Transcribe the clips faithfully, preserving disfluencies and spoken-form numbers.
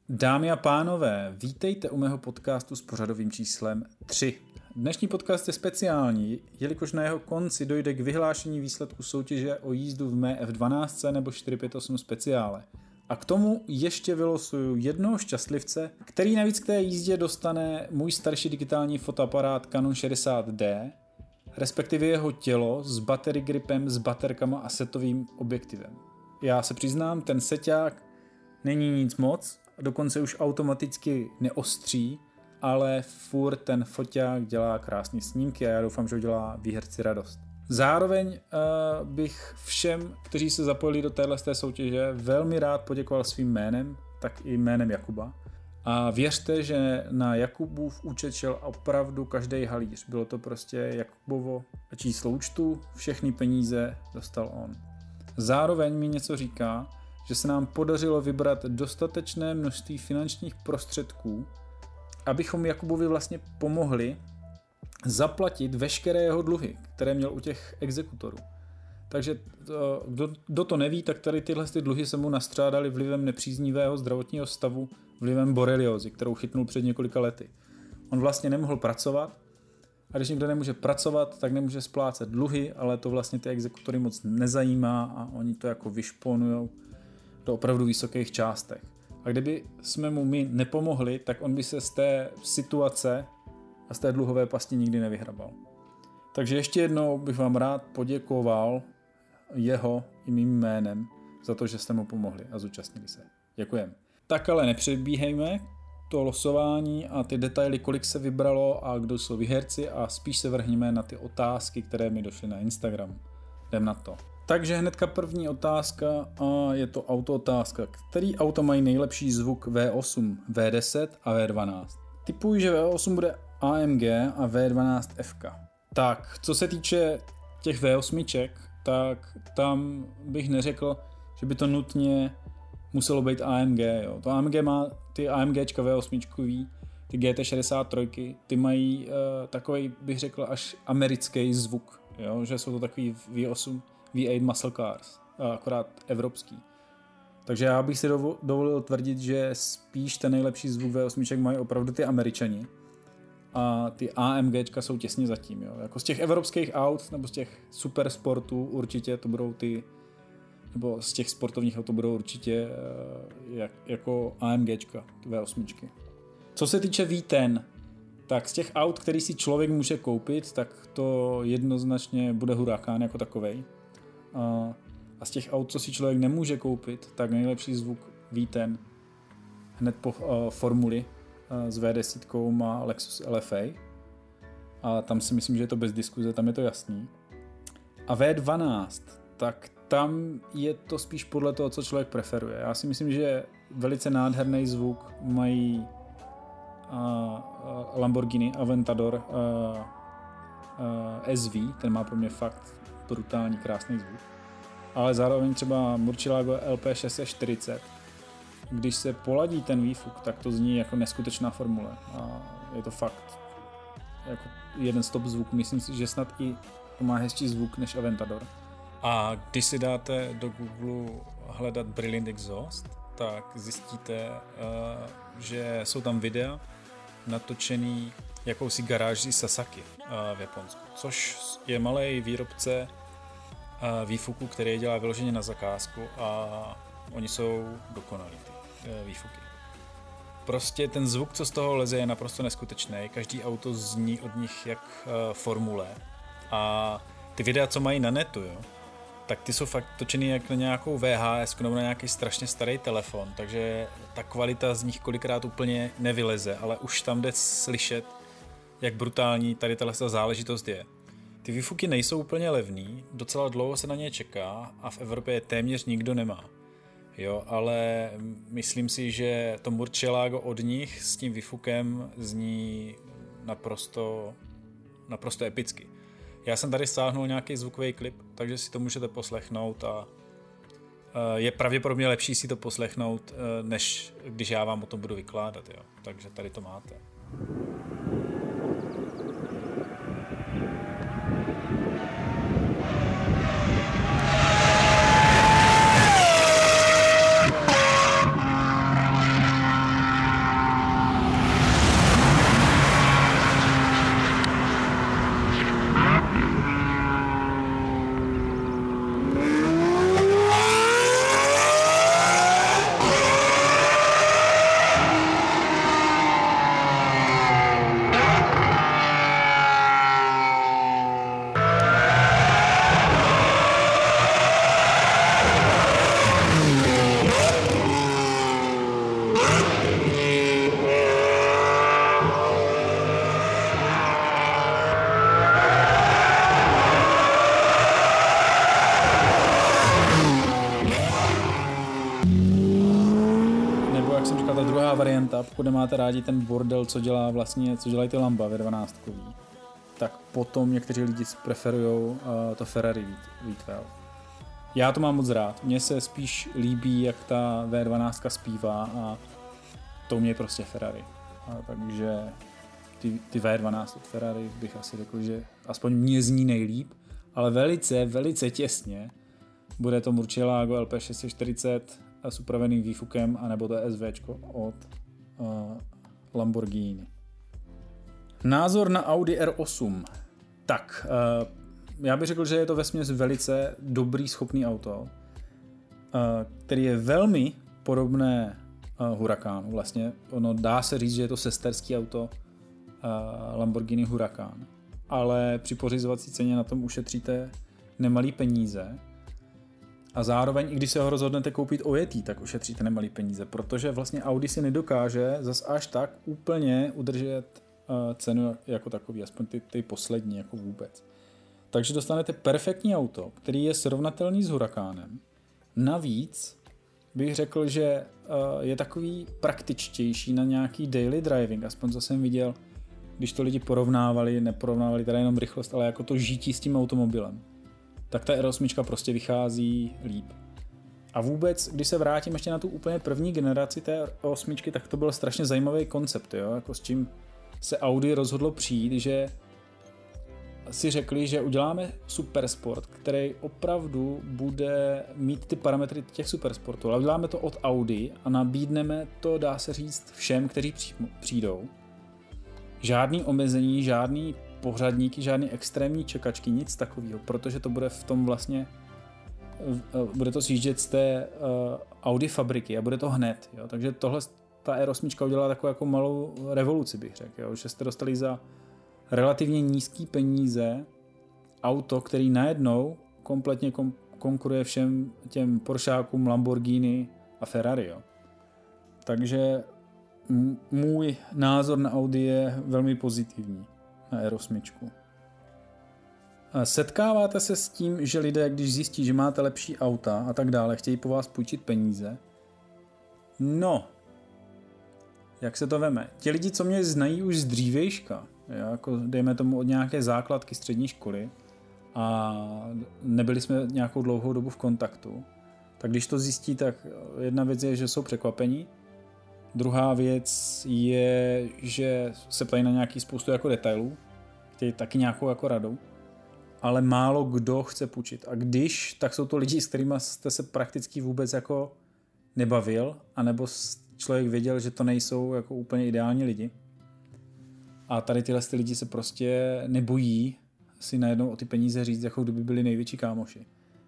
Dámy a pánové, vítejte u mého podcastu s pořadovým číslem tři. Dnešní podcast je speciální, jelikož na jeho konci dojde k vyhlášení výsledku soutěže o jízdu v mé F dvanáct nebo čtyři pět osm speciále. A k tomu ještě vylosuju jednoho šťastlivce, který navíc k té jízdě dostane můj starší digitální fotoaparát Canon šedesát D, respektive jeho tělo s battery gripem, s baterkama a setovým objektivem. Já se přiznám, ten seťák není nic moc, dokonce už automaticky neostří, ale furt ten foťák dělá krásné snímky a já doufám, že udělá výherci radost. Zároveň uh, bych všem, kteří se zapojili do téhle soutěže, velmi rád poděkoval svým jménem, tak i jménem Jakuba. A věřte, že na Jakubův účet šel opravdu každý halíř. Bylo to prostě Jakubovo číslo účtu, všechny peníze dostal on. Zároveň mi něco říká, že se nám podařilo vybrat dostatečné množství finančních prostředků, abychom Jakubovi vlastně pomohli zaplatit veškeré jeho dluhy, které měl u těch exekutorů. Takže kdo, kdo to neví, tak tady tyhle ty dluhy se mu nastřádaly vlivem nepříznivého zdravotního stavu, vlivem boreliozy, kterou chytnul před několika lety. On vlastně nemohl pracovat a když někdo nemůže pracovat, tak nemůže splácet dluhy, ale to vlastně ty exekutory moc nezajímá a oni to jako vyšponujou do opravdu vysokých částech. A kdyby jsme mu my nepomohli, tak on by se z té situace a z té dluhové pasti nikdy nevyhrabal. Takže ještě jednou bych vám rád poděkoval jeho i mým jménem za to, že jste mu pomohli a zúčastnili se. Děkujem. Tak ale nepředbíhejme to losování a ty detaily, kolik se vybralo a kdo jsou výherci a spíš se vrhneme na ty otázky, které mi došly na Instagram. Jdem na to. Takže hnedka první otázka a je to auto otázka. Který auto mají nejlepší zvuk V osm, V deset a V dvanáct? Tipuji, že V osm bude A M G a V dvanáct F K. Tak, co se týče těch V osm, tak tam bych neřekl, že by to nutně muselo být A M G. Jo. To A M G má ty AMGčka V osm, ty G T šedesát tři, ty mají uh, takový, bych řekl, až americký zvuk. Jo, že jsou to takový V osm, V osm muscle cars, akorát evropský. Takže já bych si dovolil tvrdit, že spíš ten nejlepší zvuk V osm mají opravdu ty Američani a ty AMGčka jsou těsně zatím. Jo. Jako z těch evropských aut nebo z těch super sportů určitě to budou ty, nebo z těch sportovních aut to budou určitě jak, jako AMGčka, ty V osm. Co se týče V deset, tak z těch aut, který si člověk může koupit, tak to jednoznačně bude Huracán jako takovej. A z těch aut, co si člověk nemůže koupit, tak nejlepší zvuk V deset hned po uh, formuli uh, s V deset má Lexus L F A. A tam si myslím, že je to bez diskuze, tam je to jasný. A V dvanáct, tak tam je to spíš podle toho, co člověk preferuje. Já si myslím, že velice nádherný zvuk mají uh, uh, Lamborghini Aventador uh, uh, S V, ten má pro mě fakt brutální, krásný zvuk. Ale zároveň třeba Murcielago L P šest set čtyřicet, když se poladí ten výfuk, tak to zní jako neskutečná formule. A je to fakt jako jeden z top zvuků. Myslím si, že snad i to má hezčí zvuk než Aventador. A když si dáte do Google hledat Brilliant Exhaust, tak zjistíte, že jsou tam videa natočený jakousi garáží Sasaki v Japonsku, což je malý výrobce výfuku, který dělá vyloženě na zakázku a oni jsou dokonalí, ty výfuky. Prostě ten zvuk, co z toho leze, je naprosto neskutečný. Každý auto zní od nich jak formule a ty videa, co mají na netu, jo, tak ty jsou fakt točený jak na nějakou V H S nebo na nějaký strašně starý telefon, takže ta kvalita z nich kolikrát úplně nevyleze, ale už tam jde slyšet, jak brutální tady tato záležitost je. Ty výfuky nejsou úplně levný, docela dlouho se na ně čeká a v Evropě je téměř nikdo nemá. Jo, ale myslím si, že to Murcielago od nich s tím výfukem zní naprosto, naprosto epicky. Já jsem tady stáhnul nějaký zvukový klip, takže si to můžete poslechnout a je pravděpodobně lepší si to poslechnout, než když já vám o tom budu vykládat. Jo. Takže tady to máte. jak jsem říkal, ta druhá varianta, pokud nemáte rádi ten bordel, co dělá vlastně, co dělají ty Lamba ve dvanáctkový, tak potom někteří lidi preferujou uh, to Ferrari V dvanáct. Já to mám moc rád. Mně se spíš líbí, jak ta V dvanáct zpívá a to mě je prostě Ferrari. A takže ty, ty V dvanáct od Ferrari bych asi řekl, že aspoň mě zní nejlíp, ale velice, velice těsně bude to Murcielago L P šest set čtyřicet s upraveným výfukem anebo to SVčko od uh, Lamborghini. Názor na Audi R osm. Tak, uh, já bych řekl, že je to vesměs velice dobrý, schopný auto, uh, který je velmi podobné uh, Hurakánu. Vlastně ono dá se říct, že je to sesterský auto uh, Lamborghini Huracán. Ale při pořizovací ceně na tom ušetříte nemalý peníze. A zároveň, i když se ho rozhodnete koupit ojetý, tak ušetříte nemalý peníze, protože vlastně Audi si nedokáže zas až tak úplně udržet uh, cenu jako takový, aspoň ty, ty poslední jako vůbec. Takže dostanete perfektní auto, který je srovnatelný s Hurakánem. Navíc bych řekl, že uh, je takový praktičtější na nějaký daily driving, aspoň co jsem viděl, když to lidi porovnávali, neporovnávali teda jenom rychlost, ale jako to žití s tím automobilem. Tak ta R osm prostě vychází líp. A vůbec, když se vrátím ještě na tu úplně první generaci té R osm, tak to byl strašně zajímavý koncept, jo? Jako s čím se Audi rozhodlo přijít, že si řekli, že uděláme supersport, který opravdu bude mít ty parametry těch supersportů, ale uděláme to od Audi a nabídneme to, dá se říct, všem, kteří přijdou. Žádný omezení, žádný pořadníky, žádný extrémní čekačky, nic takového, protože to bude v tom vlastně, bude to sjíždět z té uh, Audi fabriky a bude to hned, jo? Takže tohle ta R osm udělala takovou jako malou revoluci, bych řekl, jo? Že jste dostali za relativně nízký peníze auto, který najednou kompletně kom- konkuruje všem těm Porschákům, Lamborghini a Ferrari, jo? Takže m- můj názor na Audi je velmi pozitivní na R osm. Setkáváte se s tím, že lidé, když zjistí, že máte lepší auta a tak dále, chtějí po vás půjčit peníze? No, jak se to veme? Ti lidi, co mě znají už z dřívějška, jako dejme tomu od nějaké základky střední školy a nebyli jsme nějakou dlouhou dobu v kontaktu, tak když to zjistí, tak jedna věc je, že jsou překvapení. Druhá věc je, že se ptají na nějaký spoustu jako detailů, chtějí taky nějakou jako radu, ale málo kdo chce půjčit. A když, tak jsou to lidi, s kterými jste se prakticky vůbec jako nebavil, anebo člověk věděl, že to nejsou jako úplně ideální lidi. A tady tyhle ty lidi se prostě nebojí si najednou o ty peníze říct, jako kdyby byli největší kámoši.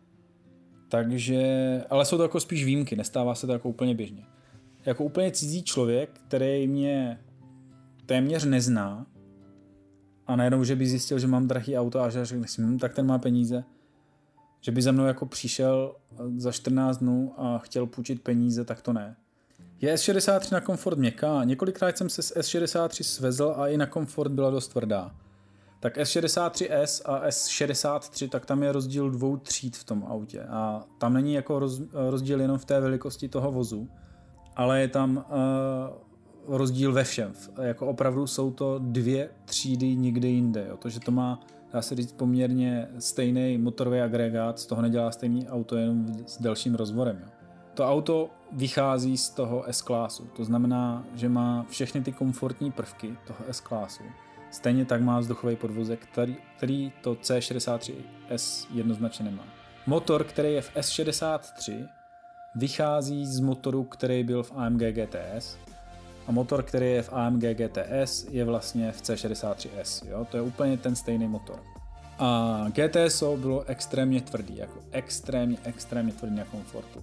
Takže, ale jsou to jako spíš výjimky, nestává se to jako úplně běžně. Jako úplně cizí člověk, který mě téměř nezná a najednou, že by zjistil, že mám drahý auto a že řekne si, hm, tak ten má peníze, že by za mnou jako přišel za čtrnáct dnů a chtěl půjčit peníze, tak to ne. Je S šedesát tři na komfort měkká? Několikrát jsem se s S šedesát tři svezl a i na komfort byla dost tvrdá. Tak S šedesát tři S a S šedesát tři, tak tam je rozdíl dvou tříd v tom autě a tam není jako roz, rozdíl jenom v té velikosti toho vozu, ale je tam uh, rozdíl ve všem. Jako opravdu jsou to dvě třídy nikde jinde. Jo. To, že to má, dá se říct, poměrně stejný motorový agregát, z toho nedělá stejný auto, jenom s delším rozvorem. Jo. To auto vychází z toho S-klásu, to znamená, že má všechny ty komfortní prvky toho S-klásu. Stejně tak má vzduchový podvozek, který, který to C šedesát tři S jednoznačně nemá. Motor, který je v S šedesát tři, vychází z motoru, který byl v A M G G T S a motor, který je v A M G G T S, je vlastně v C šedesát tři S. Jo? To je úplně ten stejný motor. A G T S O bylo extrémně tvrdý, jako extrémně, extrémně tvrdý na komfortu.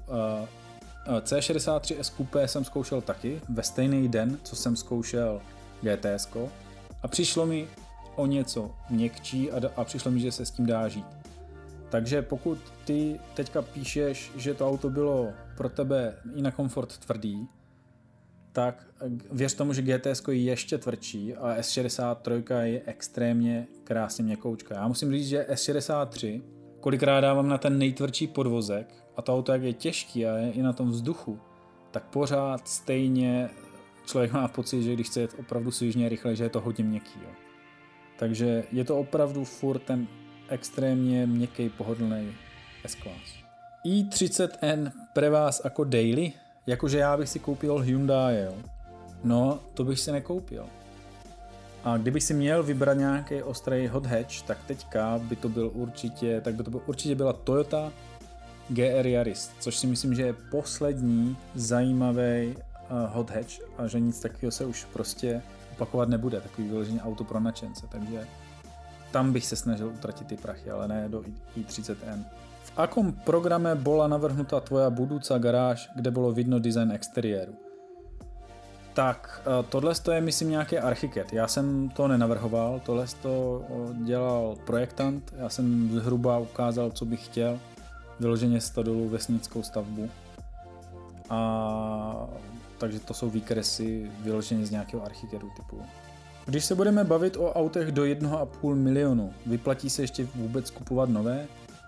C šedesát tři S Coupé jsem zkoušel taky ve stejný den, co jsem zkoušel G T S ko a přišlo mi o něco měkčí a, a přišlo mi, že se s tím dá žít. Takže pokud ty teďka píšeš, že to auto bylo pro tebe i na komfort tvrdý, tak věř tomu, že G T S ko je ještě tvrdší a S šedesát tři je extrémně krásně měkoučka. Já musím říct, že S šedesát tři kolikrát dávám na ten nejtvrdší podvozek a to auto, jak je těžký a je i na tom vzduchu, tak pořád stejně člověk má pocit, že když chce jet opravdu svižně rychle, že je to hodně měkký. Jo. Takže je to opravdu furt ten extrémně měkký, pohodlný S-Class. i třicet N pre vás jako daily, jakože já bych si koupil Hyundai, jo. No, to bych si nekoupil. A kdybych si měl vybrat nějaký ostrý hot hatch, tak teďka by to byl určitě, tak by to byl, určitě byla Toyota G R Yaris, což si myslím, že je poslední zajímavý uh, hot hatch a že nic takového se už prostě opakovat nebude, takový vyložený auto pro nadšence, takže tam bych se snažil utratit ty prachy, ale ne do i třicet N. V akom programe bola navrhnutá tvoja budúca garáž, kde bylo vidno design exteriéru? Tak, tohle je myslím nějaký architekt. Já jsem to nenavrhoval, tohle to dělal projektant, já jsem zhruba ukázal, co bych chtěl, vyloženě stodolu vesnickou stavbu. A takže to jsou výkresy vyloženě z nějakého architektu typu. Když se budeme bavit o autech do jednoho a půl milionu, vyplatí se ještě vůbec kupovat nové?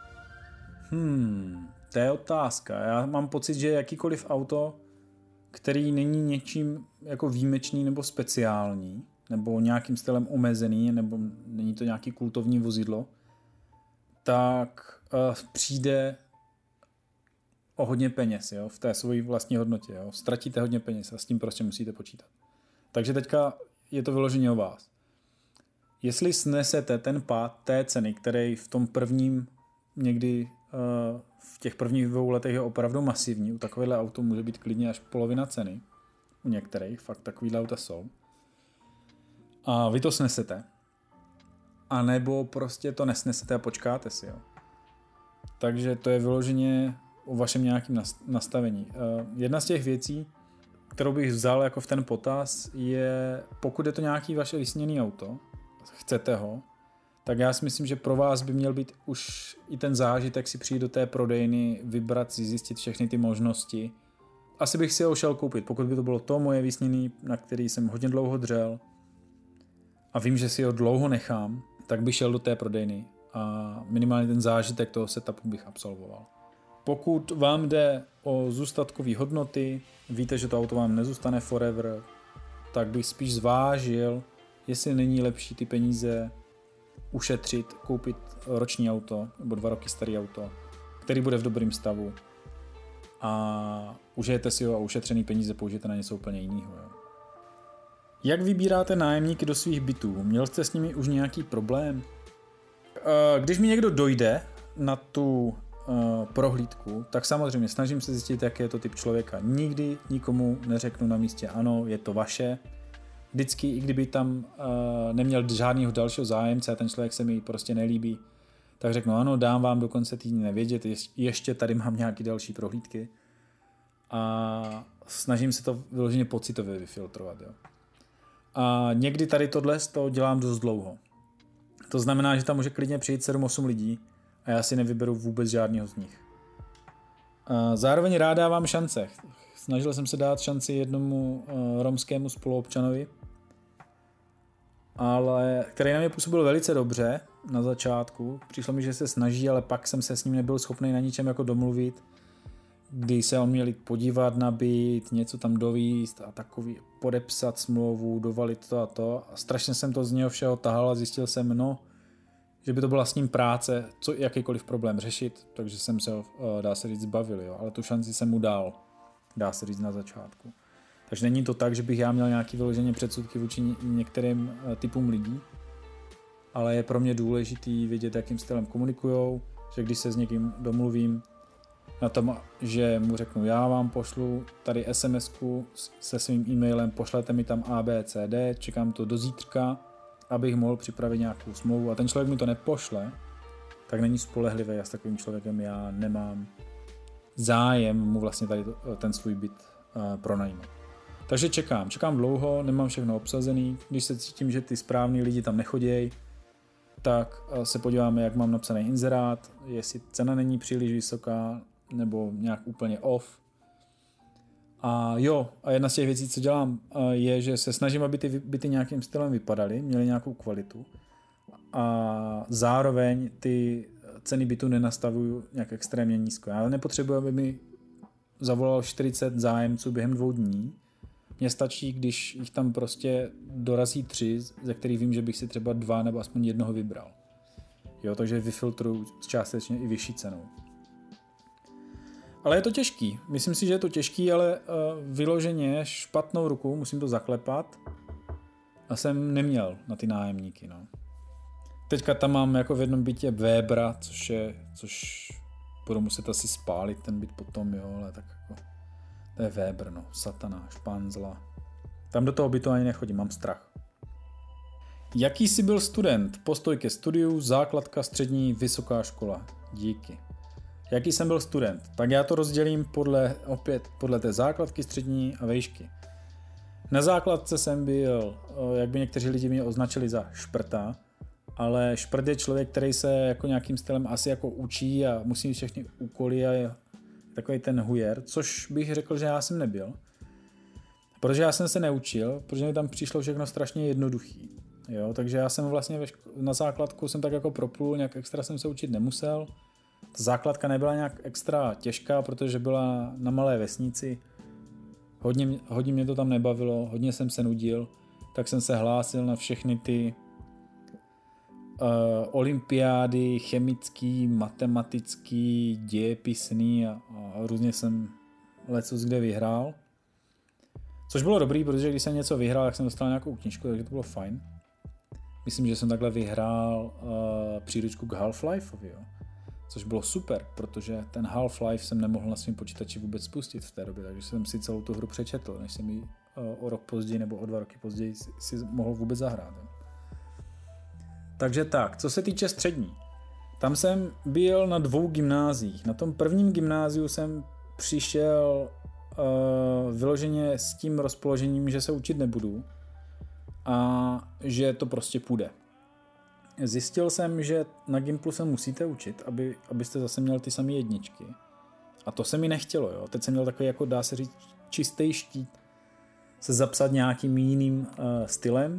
Hmm, to je otázka. Já mám pocit, že jakýkoliv auto, který není něčím jako výjimečný nebo speciální, nebo nějakým stylem omezený, nebo není to nějaký kultovní vozidlo, tak uh, přijde o hodně peněz, jo, v té své vlastní hodnotě. Jo. Ztratíte hodně peněz a s tím prostě musíte počítat. Takže teďka je to vyloženě o vás. Jestli snesete ten pád té ceny, který v tom prvním někdy uh, v těch prvních dvou letech je opravdu masivní, u takovéhle auto může být klidně až polovina ceny, u některých, fakt takovýhle auta jsou. A vy to snesete. A nebo prostě to nesnesete a počkáte si, jo. Takže to je vyloženě o vašem nějakém nastavení. Uh, jedna z těch věcí, kterou bych vzal jako v ten potaz, je, pokud je to nějaký vaše vysněné auto, chcete ho, tak já si myslím, že pro vás by měl být už i ten zážitek si přijít do té prodejny, vybrat si, zjistit všechny ty možnosti. Asi bych si ho šel koupit, pokud by to bylo to moje vysněné, na který jsem hodně dlouho dřel a vím, že si ho dlouho nechám, tak bych šel do té prodejny a minimálně ten zážitek toho setupu bych absolvoval. Pokud vám jde o zůstatkové hodnoty, víte, že to auto vám nezůstane forever, tak bych spíš zvážil, jestli není lepší ty peníze ušetřit, koupit roční auto nebo dva roky starý auto, který bude v dobrém stavu a užijete si ho a ušetřený peníze použijete na něco úplně jiného. Jo. Jak vybíráte nájemníky do svých bytů? Měl jste s nimi už nějaký problém? Když mi někdo dojde na tu prohlídku, tak samozřejmě snažím se zjistit, jaký je to typ člověka. Nikdy nikomu neřeknu na místě ano, je to vaše. Vždycky, i kdyby tam uh, neměl žádného dalšího zájemce a ten člověk se mi prostě nelíbí, tak řeknu ano, dám vám do konce týdne vědět, ještě tady mám nějaké další prohlídky a snažím se to vyloženě pocitově vyfiltrovat. Jo. A někdy tady tohle to dělám dost dlouho. To znamená, že tam může klidně přijít sedm osm lidí a já si nevyberu vůbec žádného z nich. A zároveň rád dávám šance. Snažil jsem se dát šanci jednomu uh, romskému spoluobčanovi, ale který na mě působil velice dobře na začátku. Přišlo mi, že se snaží, ale pak jsem se s ním nebyl schopný na ničem jako domluvit, kdy se on měl podívat na byt, něco tam dovíst a takový podepsat smlouvu, dovalit to a to. A strašně jsem to z něho všeho tahal a zjistil jsem, no, že by to byla s ním práce, co jakýkoliv problém řešit, takže jsem se ho, dá se říct, zbavil, jo. Ale tu šanci jsem mu dal, dá se říct na začátku. Takže není to tak, že bych já měl nějaký vyloženě předsudky vůči některým typům lidí, ale je pro mě důležitý vědět, jakým stylem komunikujou, že když se s někým domluvím na tom, že mu řeknu, já vám pošlu tady es em esku se svým e-mailem, pošlete mi tam A, B, C, D, čekám to do zítřka, abych mohl připravit nějakou smlouvu a ten člověk mi to nepošle, tak není spolehlivý a s takovým člověkem já nemám zájem mu vlastně tady ten svůj byt uh, pronajímat. Takže čekám, čekám dlouho, nemám všechno obsazený, když se cítím, že ty správní lidi tam nechodějí, tak uh, se podíváme, jak mám napsaný inzerát, jestli cena není příliš vysoká nebo nějak úplně off. A jo, a jedna z těch věcí, co dělám, je, že se snažím, aby ty byty nějakým stylem vypadaly, měly nějakou kvalitu a zároveň ty ceny bytu nenastavuju nějak extrémně nízko. Já nepotřebuji, aby mi zavolal čtyřicet zájemců během dvou dní. Mně stačí, když jich tam prostě dorazí tři, ze kterých vím, že bych si třeba dva nebo aspoň jednoho vybral. Jo, takže vyfiltruju částečně i vyšší cenou. Ale je to těžký. Myslím si, že je to těžký, ale uh, vyloženě špatnou ruku, musím to zaklepat, a jsem neměl na ty nájemníky. No. Teďka tam mám jako v jednom bytě Webera, což je, což budu muset asi spálit ten byt potom, jo, ale tak jako, to je Weber, no, satana, špánzla. Tam do toho bytu ani nechodím, mám strach. Jaký jsi byl student? Postoj ke studiu, základka, střední, vysoká škola. Díky. Jaký jsem byl student? Tak já to rozdělím podle, opět podle té základky, střední a vejšky. Na základce jsem byl, jak by někteří lidi mě označili za šprta, ale šprt je člověk, který se jako nějakým stylem asi jako učí a musí mít všechny úkoly a je takový ten hujer, což bych řekl, že já jsem nebyl. Protože já jsem se neučil, protože mi tam přišlo všechno strašně jednoduchý. Jo, takže já jsem vlastně ve ško- na základku jsem tak jako proplul, nějak extra jsem se učit nemusel. Ta základka nebyla nějak extra těžká, protože byla na malé vesnici. Hodně, hodně mě to tam nebavilo, hodně jsem se nudil, tak jsem se hlásil na všechny ty uh, olympiády, chemický, matematický, dějepisný a, a různě jsem lecos kde vyhrál. Což bylo dobrý, protože když jsem něco vyhrál, tak jsem dostal nějakou knížku, takže to bylo fajn. Myslím, že jsem takhle vyhrál uh, příručku k Half-Lifeovi, jo. Což bylo super, protože ten Half-Life jsem nemohl na svém počítači vůbec spustit v té době, takže jsem si celou tu hru přečetl, než jsem ji uh, o rok později nebo o dva roky později si, si mohl vůbec zahrát. Jo. Takže tak, co se týče střední. Tam jsem byl na dvou gymnáziích. Na tom prvním gymnáziu jsem přišel uh, vyloženě s tím rozpoložením, že se učit nebudu a že to prostě půjde. Zjistil jsem, že na Gimplu se musíte učit, aby, abyste zase měl ty samé jedničky. A to se mi nechtělo, jo. Teď jsem měl takový, jako dá se říct, čistý štít se zapsat nějakým jiným uh, stylem,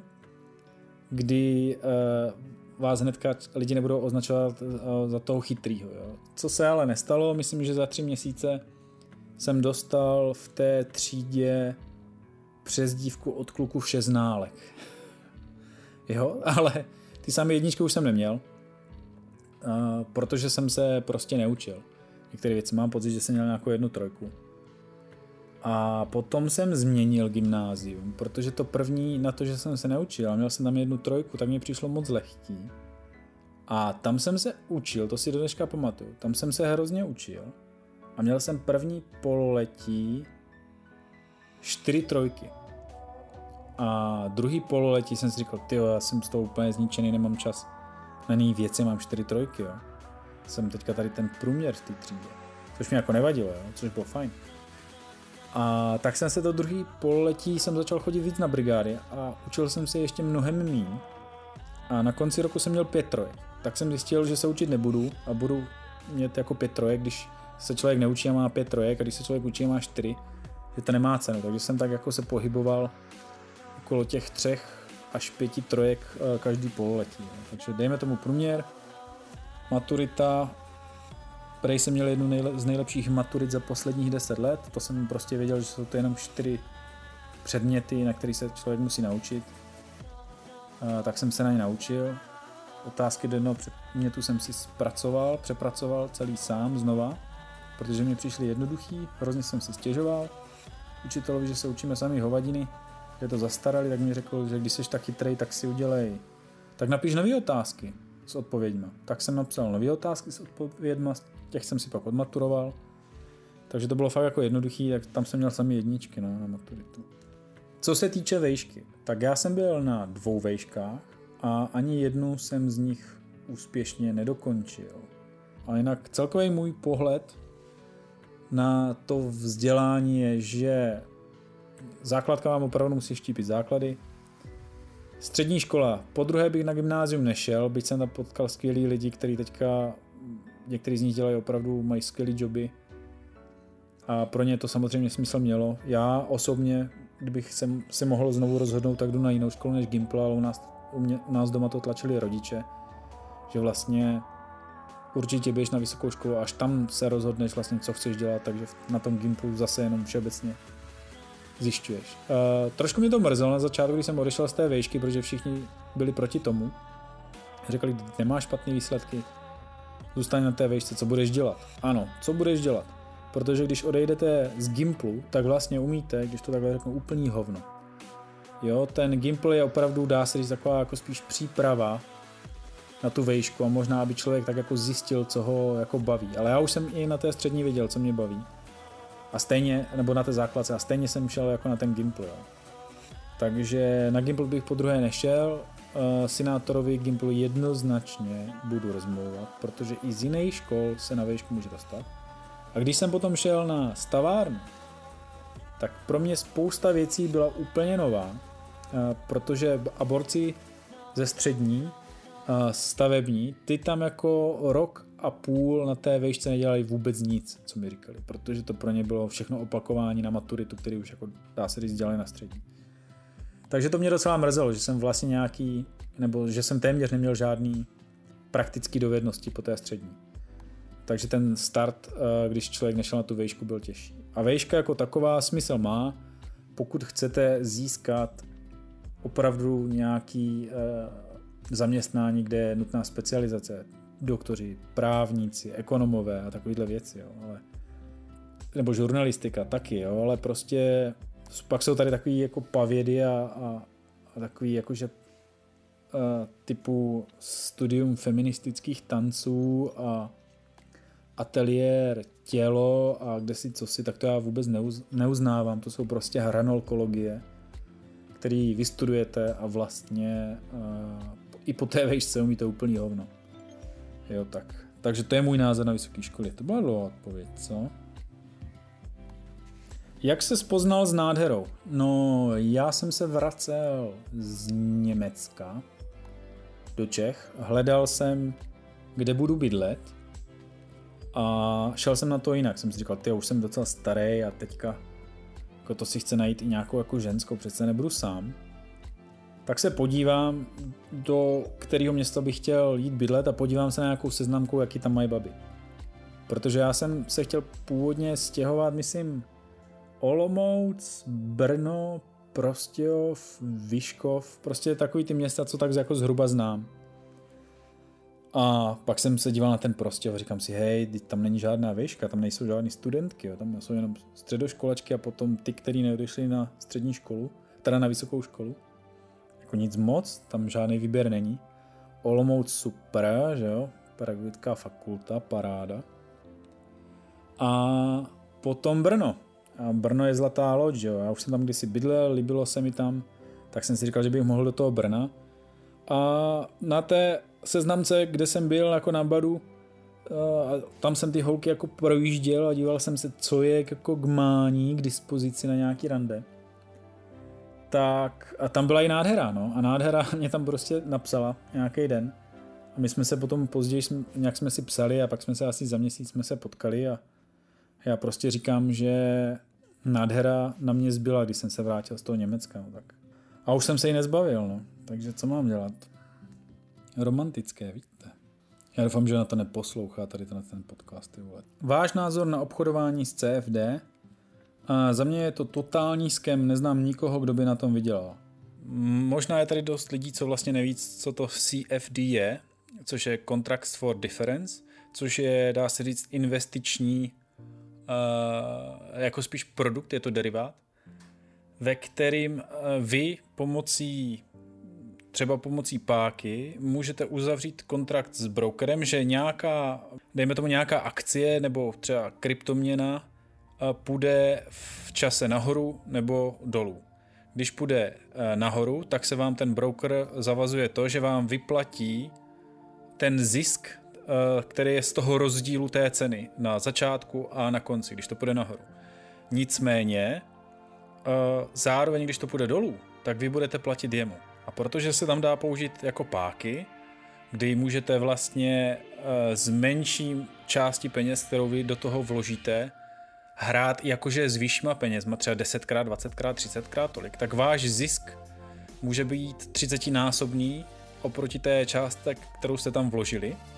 kdy uh, vás hnedka lidi nebudou označovat uh, za toho chytrýho, jo. Co se ale nestalo, myslím, že za tři měsíce jsem dostal v té třídě přezdívku od kluků všeználek. Jo, ale ty samé jedničky už jsem neměl, uh, protože jsem se prostě neučil. Některé věci mám pocit, že jsem měl nějakou jednu trojku. A potom jsem změnil gymnázium, protože to první na to, že jsem se neučil a měl jsem tam jednu trojku, tak mi přišlo moc lehký. A tam jsem se učil, to si do dneška pamatuju, tam jsem se hrozně učil a měl jsem první pololetí čtyři trojky. A druhý pololetí jsem si říkal, tyjo, já jsem z toho úplně zničený, nemám čas na jiný věci, mám čtyři trojky, jo. Jsem teďka tady ten průměr v té třídě, což mi jako nevadilo, jo, což bylo fajn. A tak jsem se to druhý pololetí jsem začal chodit víc na brigády a učil jsem se ještě mnohem míň. A na konci roku jsem měl pět trojek. Tak jsem zjistil, že se učit nebudu a budu mít jako pět trojek, když se člověk neučí a má pět trojek a když se člověk učí a má čtyři, že to nemá cenu. Takže jsem tak jako se pohyboval okolo těch třech až pěti trojek každý pololetí. Takže dejme tomu průměr, maturita, prej jsem měl jednu nejle- z nejlepších maturit za posledních deset let, to jsem prostě věděl, že jsou to jenom čtyři předměty, na které se člověk musí naučit. A tak jsem se na ně naučil. Otázky do jednoho předmětu jsem si zpracoval, přepracoval celý sám znova, protože mi přišly jednoduchý, hrozně jsem si stěžoval učitelovi, že se učíme sami hovadiny, že to zastarali, tak mi řekl, že když jsi tak chytrej, tak si udělej, tak napiš nový otázky s odpověďma. Tak jsem napsal nový otázky s odpověďma, těch jsem si pak odmaturoval, takže to bylo fakt jako jednoduchý, tak tam jsem měl sami jedničky, no, na maturitu. Co se týče vejšky, tak já jsem byl na dvou vejškách a ani jednu jsem z nich úspěšně nedokončil. A jinak celkový můj pohled na to vzdělání je, že základka vám opravdu musí štípit základy. Střední škola. Po druhé bych na gymnázium nešel, byť jsem tam potkal skvělý lidi, kteří teďka, někteří z nich dělají opravdu, mají skvělý joby. A pro ně to samozřejmě smysl mělo. Já osobně, kdybych se, se mohl znovu rozhodnout, tak jdu na jinou školu než Gimpl, ale u nás, u, mě, u nás doma to tlačili rodiče, že vlastně určitě běž na vysokou školu, až tam se rozhodneš vlastně, co chceš dělat, takže na tom Gimplu zase jenom všeobecně zjišťuješ. Uh, trošku mě to mrzelo na začátku, když jsem odešel z té vejšky, protože všichni byli proti tomu. Řekli, nemáš špatné výsledky, zůstaň na té vejšce, co budeš dělat? Ano, co budeš dělat? Protože když odejdete z Gimplu, tak vlastně umíte, když to takhle řeknu, úplný hovno. Jo, ten Gimpl je opravdu, dá se říct, taková jako spíš příprava na tu vejšku a možná, aby člověk tak jako zjistil, co ho jako baví. Ale já už jsem i na té střední věděl, co mě baví. A stejně, nebo na té základce, a stejně jsem šel jako na ten Gimpl. Jo. Takže na Gimpl bych po druhé nešel, uh, Sinátorovi Gimplu jednoznačně budu rozmlouvat, protože i z jiných škol se na vejšku může dostat. A když jsem potom šel na stavárnu, tak pro mě spousta věcí byla úplně nová, uh, protože a borci ze střední, uh, stavební, ty tam jako rok a půl na té vejšce nedělali vůbec nic, co mi říkali, protože to pro ně bylo všechno opakování na maturitu, který už jako dá se říct dělali na střední. Takže to mě docela mrzelo, že jsem vlastně nějaký, nebo že jsem téměř neměl žádný praktický dovednosti po té střední. Takže ten start, když člověk nešel na tu vejšku, byl těžší. A vejška jako taková smysl má, pokud chcete získat opravdu nějaký zaměstnání, kde je nutná specializace, doktoři, právníci, ekonomové a takovéhle věci, jo, ale nebo žurnalistika taky, jo, ale prostě pak jsou tady takový jako pavědy a, a, a takový jakože typu studium feministických tanců a ateliér tělo a kde si co si, tak to já vůbec neuz, neuznávám, to jsou prostě hranolkologie, který vystudujete a vlastně uh, i po té vejšce umíte úplný hovno. Jo, tak. Takže to je můj názor na vysoké školy. To byla dlouhá odpověď, co? Jak se spoznal s nádherou? No, já jsem se vracel z Německa do Čech. Hledal jsem, kde budu bydlet a šel jsem na to jinak. Jsem si říkal, ty, už jsem docela starý a teďka jako to si chce najít i nějakou jako ženskou, přece nebudu sám. Tak se podívám, do kterého města bych chtěl jít bydlet a podívám se na nějakou seznamku, jaký tam mají baby. Protože já jsem se chtěl původně stěhovat, myslím, Olomouc, Brno, Prostějov, Vyškov, prostě takový ty města, co tak jako zhruba znám. A pak jsem se díval na ten Prostějov a říkám si, hej, tam není žádná výška, tam nejsou žádný studentky, jo, tam jsou jenom středoškolačky a potom ty, kteří neodešli na střední školu, teda na vysokou školu. Jako nic moc, tam žádný výběr není. Olomouc super, že jo, pedagogická fakulta, paráda. A potom Brno. A Brno je zlatá loď, že jo, já už jsem tam kdysi bydlel, líbilo se mi tam, tak jsem si říkal, že bych mohl do toho Brna. A na té seznamce, kde jsem byl jako na baru, tam jsem ty holky jako projížděl a díval jsem se, co je jako k mání, k dispozici na nějaký rande. Tak a tam byla i nádhera, no. A nádhera mě tam prostě napsala nějaký den. A my jsme se potom později, nějak jsme si psali a pak jsme se asi za měsíc jsme se potkali a já prostě říkám, že nádhera na mě zbyla, když jsem se vrátil z toho Německa. No, tak. A už jsem se jí nezbavil, no. Takže co mám dělat? Romantické, víte. Já doufám, že na to neposlouchá tady ten, ten podcast. Ty vole. Váš názor na obchodování s C F D? A za mě je to totální skem, neznám nikoho, kdo by na tom vydělal. Možná je tady dost lidí, co vlastně neví, co to C F D je, což je Contracts for Difference, což je, dá se říct, investiční, uh, jako spíš produkt, je to derivát, ve kterým uh, vy pomocí, třeba pomocí páky, můžete uzavřít kontrakt s brokerem, že nějaká, dejme tomu nějaká akcie nebo třeba kryptoměna půjde v čase nahoru nebo dolů. Když půjde nahoru, tak se vám ten broker zavazuje to, že vám vyplatí ten zisk, který je z toho rozdílu té ceny na začátku a na konci, když to půjde nahoru. Nicméně, zároveň, když to půjde dolů, tak vy budete platit jemu. A protože se tam dá použít jako páky, kdy můžete vlastně z menší části peněz, kterou vy do toho vložíte, hrát jakože s vyššíma penězma, třeba desetkrát, dvacetkrát, třicetkrát tolik, tak váš zisk může být třicetinásobný oproti té částce, kterou jste tam vložili.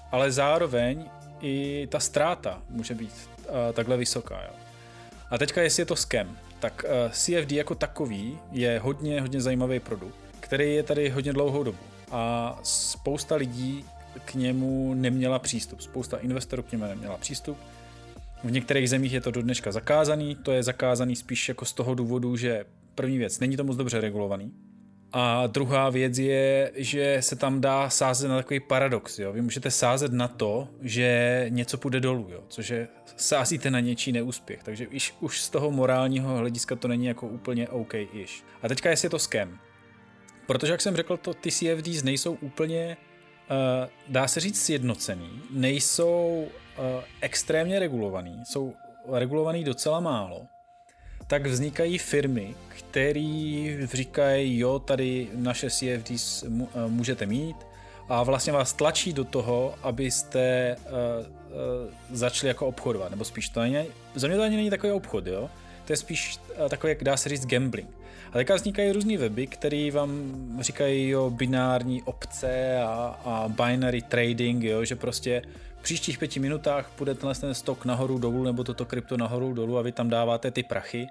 ale zároveň i ta ztráta může být uh, takhle vysoká. Jo. A teďka, jestli je to scam, tak uh, C F D jako takový je hodně, hodně zajímavý produkt, který je tady hodně dlouhou dobu a spousta lidí k němu neměla přístup, spousta investorů k němu neměla přístup. V některých zemích je to do dneška zakázaný, to je zakázaný spíš jako z toho důvodu, že první věc, není to moc dobře regulovaný. A druhá věc je, že se tam dá sázet na takový paradox. Jo? Vy můžete sázet na to, že něco půjde dolů, jo? Což je, sázíte na něčí neúspěch. Takže už, už z toho morálního hlediska to není jako úplně OK-ish. A teďka jestli je to scam. Protože, jak jsem řekl, to, ty C F Ds nejsou úplně, uh, dá se říct, sjednocený. Nejsou uh, extrémně regulovaný. Jsou regulovaný docela málo. Tak vznikají firmy, které říkají, jo, tady naše C F Ds můžete mít a vlastně vás tlačí do toho, abyste uh, uh, začali jako obchodovat, nebo spíš to není, za mě to ani není takový obchod, jo, to je spíš uh, takový, jak dá se říct, gambling. A teďka vznikají různý weby, které vám říkají, jo, binární opce a, a binary trading, jo, že prostě v příštích pěti minutách půjde tenhle ten stok nahoru dolů nebo toto krypto nahoru dolů a vy tam dáváte ty prachy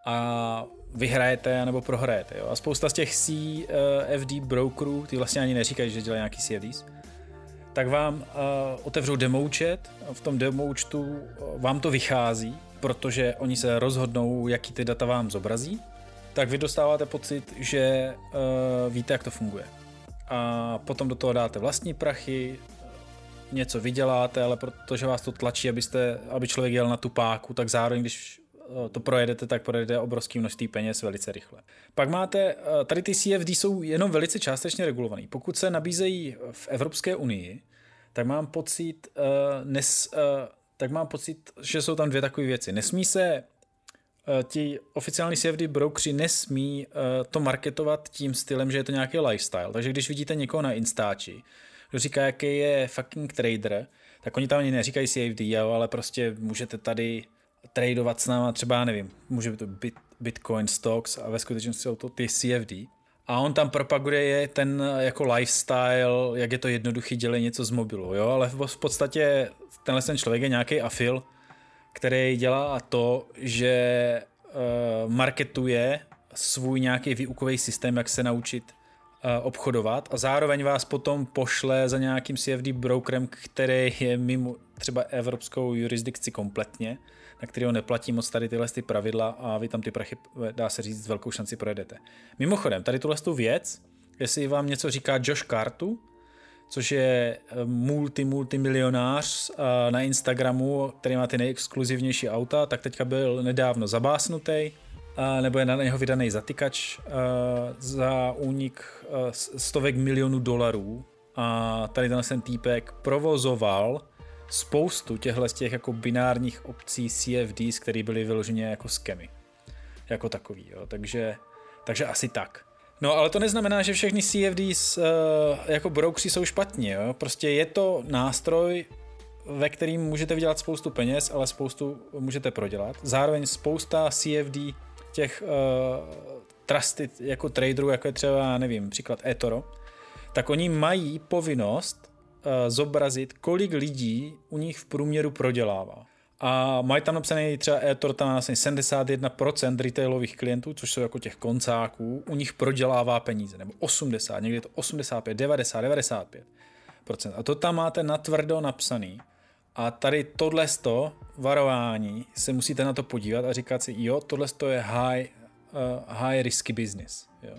a vyhrajete nebo prohrajete. Jo. A spousta z těch C F D brokerů, ty vlastně ani neříkají, že dělají nějaký C F Ds, tak vám uh, otevřou demoučet, v tom demoučtu vám to vychází, protože oni se rozhodnou, jaký ty data vám zobrazí, tak vy dostáváte pocit, že uh, víte, jak to funguje. A potom do toho dáte vlastní prachy, něco vyděláte, ale protože vás to tlačí, abyste, aby člověk jel na tu páku, tak zároveň, když to projedete, tak projedete obrovský množství peněz velice rychle. Pak máte, tady ty C F D jsou jenom velice částečně regulovaný. Pokud se nabízejí v Evropské unii, tak mám pocit, nes, tak mám pocit, že jsou tam dvě takové věci. Nesmí se, ti oficiální C F D brokeři nesmí to marketovat tím stylem, že je to nějaký lifestyle. Takže když vidíte někoho na Instači, kdo říká, jaký je fucking trader, tak oni tam ani neříkají C F D, jo, ale prostě můžete tady tradovat s náma třeba, nevím, může být to bit, Bitcoin stocks a ve skutečnosti jsou to ty C F D. A on tam propaguje ten jako lifestyle, jak je to jednoduchý, dělej něco z mobilu, jo, ale v podstatě tenhle ten člověk je nějaký afil, který dělá to, že uh, marketuje svůj nějaký výukový systém, jak se naučit uh, obchodovat a zároveň vás potom pošle za nějakým C F D brokerem, který je mimo třeba evropskou jurisdikci kompletně, na kterého neplatí moc tady tyhle ty pravidla a vy tam ty prachy, dá se říct, s velkou šanci projedete. Mimochodem, tady tuhle tu věc, jestli vám něco říká Josh Cartu, což je multi, multimilionář na Instagramu, který má ty nejexkluzivnější auta, tak teďka byl nedávno zabásnutý, nebo je na něho vydaný zatykač za únik stovek milionů dolarů. A tady ten týpek provozoval spoustu těchto těch jako binárních opcí C F Ds, které byly vyloženě jako skemy. Jako takový, jo. Takže, takže asi tak. No ale to neznamená, že všechny C F Ds uh, jako brokeři jsou špatně, jo. Prostě je to nástroj, ve kterým můžete vydělat spoustu peněz, ale spoustu můžete prodělat. Zároveň spousta C F D těch uh, trusted jako traderů, jako je třeba, nevím, příklad eToro, tak oni mají povinnost zobrazit, kolik lidí u nich v průměru prodělává. A mají tam napsaný třeba eToro, tam má sedmdesát jedna procent retailových klientů, což jsou jako těch koncáků, u nich prodělává peníze, nebo osmdesát, někdy je to osmdesát pět, devadesát, devadesát pět procent. A to tam máte natvrdo napsaný. A tady tohleto varování se musíte na to podívat a říkat si, jo, tohleto je high, uh, high risky business. Jo.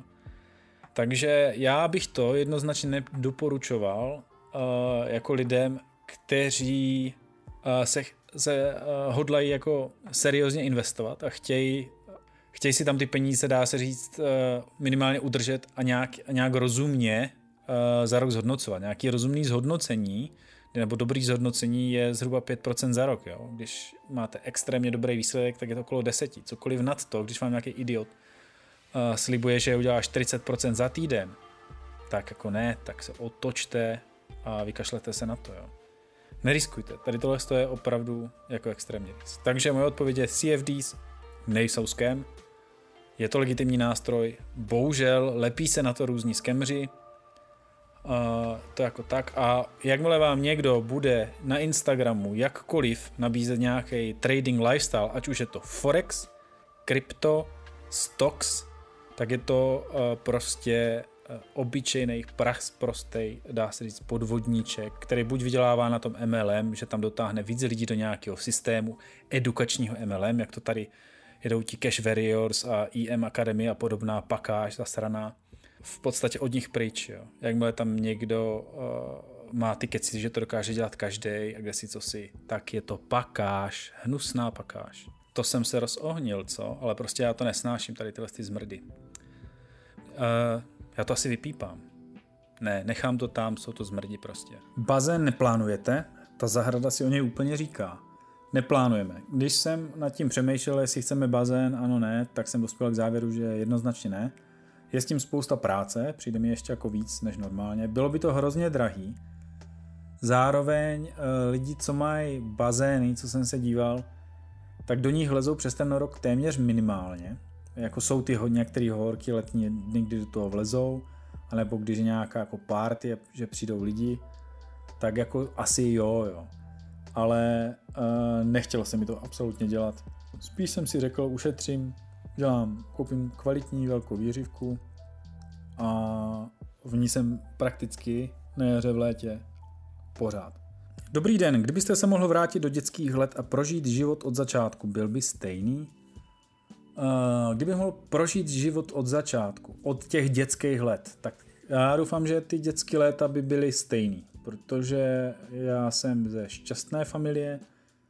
Takže já bych to jednoznačně nedoporučoval Uh, jako lidem, kteří uh, se, se uh, hodlají jako seriózně investovat a chtějí, chtějí si tam ty peníze, dá se říct, uh, minimálně udržet a nějak, a nějak rozumně uh, za rok zhodnocovat. Nějaký rozumný zhodnocení nebo dobrý zhodnocení je zhruba pět procent za rok. Jo? Když máte extrémně dobrý výsledek, tak je to okolo deset. Cokoliv nad to, když vám nějaký idiot uh, slibuje, že udělá čtyřicet procent za týden, tak jako ne, tak se otočte a vykašlete se na to, jo. Neriskujte, tady tohle je opravdu jako extrémně víc. Takže moje odpověď je C F Ds nejsou scam, je to legitimní nástroj, bohužel lepí se na to různí skemři Uh, to jako tak. A jakmile vám někdo bude na Instagramu jakkoliv nabízet nějaký trading lifestyle, ať už je to Forex, krypto, stocks, tak je to uh, prostě uh, obyčejný prach prostej, dá se říct podvodníček, který buď vydělává na tom M L M, že tam dotáhne víc lidí do nějakého systému edukačního M L M, jak to tady jedou ti Cash Warriors a E M Academy a podobná pakáž zasraná. V podstatě od nich pryč. Jo. Jakmile tam někdo uh, má ty keci, že to dokáže dělat každej a kde si co si, tak je to pakáž, hnusná pakáž. To jsem se rozohnil, co? Ale prostě já to nesnáším, tady tyhle ty zmrdy. Uh, já to asi vypípám. Ne, nechám to tam, jsou to zmrdi prostě. Bazén neplánujete? Ta zahrada si o něj úplně říká. Neplánujeme. Když jsem nad tím přemýšlel, jestli chceme bazén, ano, ne, tak jsem dospěl k závěru, že jednoznačně ne. Je s tím spousta práce, přijde mi ještě jako víc než normálně. Bylo by to hrozně drahý. Zároveň e, lidi, co mají bazény, co jsem se díval, tak do nich lezou přes ten rok téměř minimálně. Jako jsou ty některé horky letní, někdy do toho vlezou, anebo když je nějaká jako party, že přijdou lidi, tak jako asi jo, jo. Ale e, nechtělo se mi to absolutně dělat. Spíš jsem si řekl, ušetřím, dělám, koupím kvalitní velkou výřivku a v ní jsem prakticky na jaře v létě pořád. Dobrý den, kdybyste se mohl vrátit do dětských let a prožít život od začátku, byl by stejný? Uh, kdybych mohl prožít život od začátku, od těch dětských let, tak já doufám, že ty dětské léta by byly stejný, protože já jsem ze šťastné familie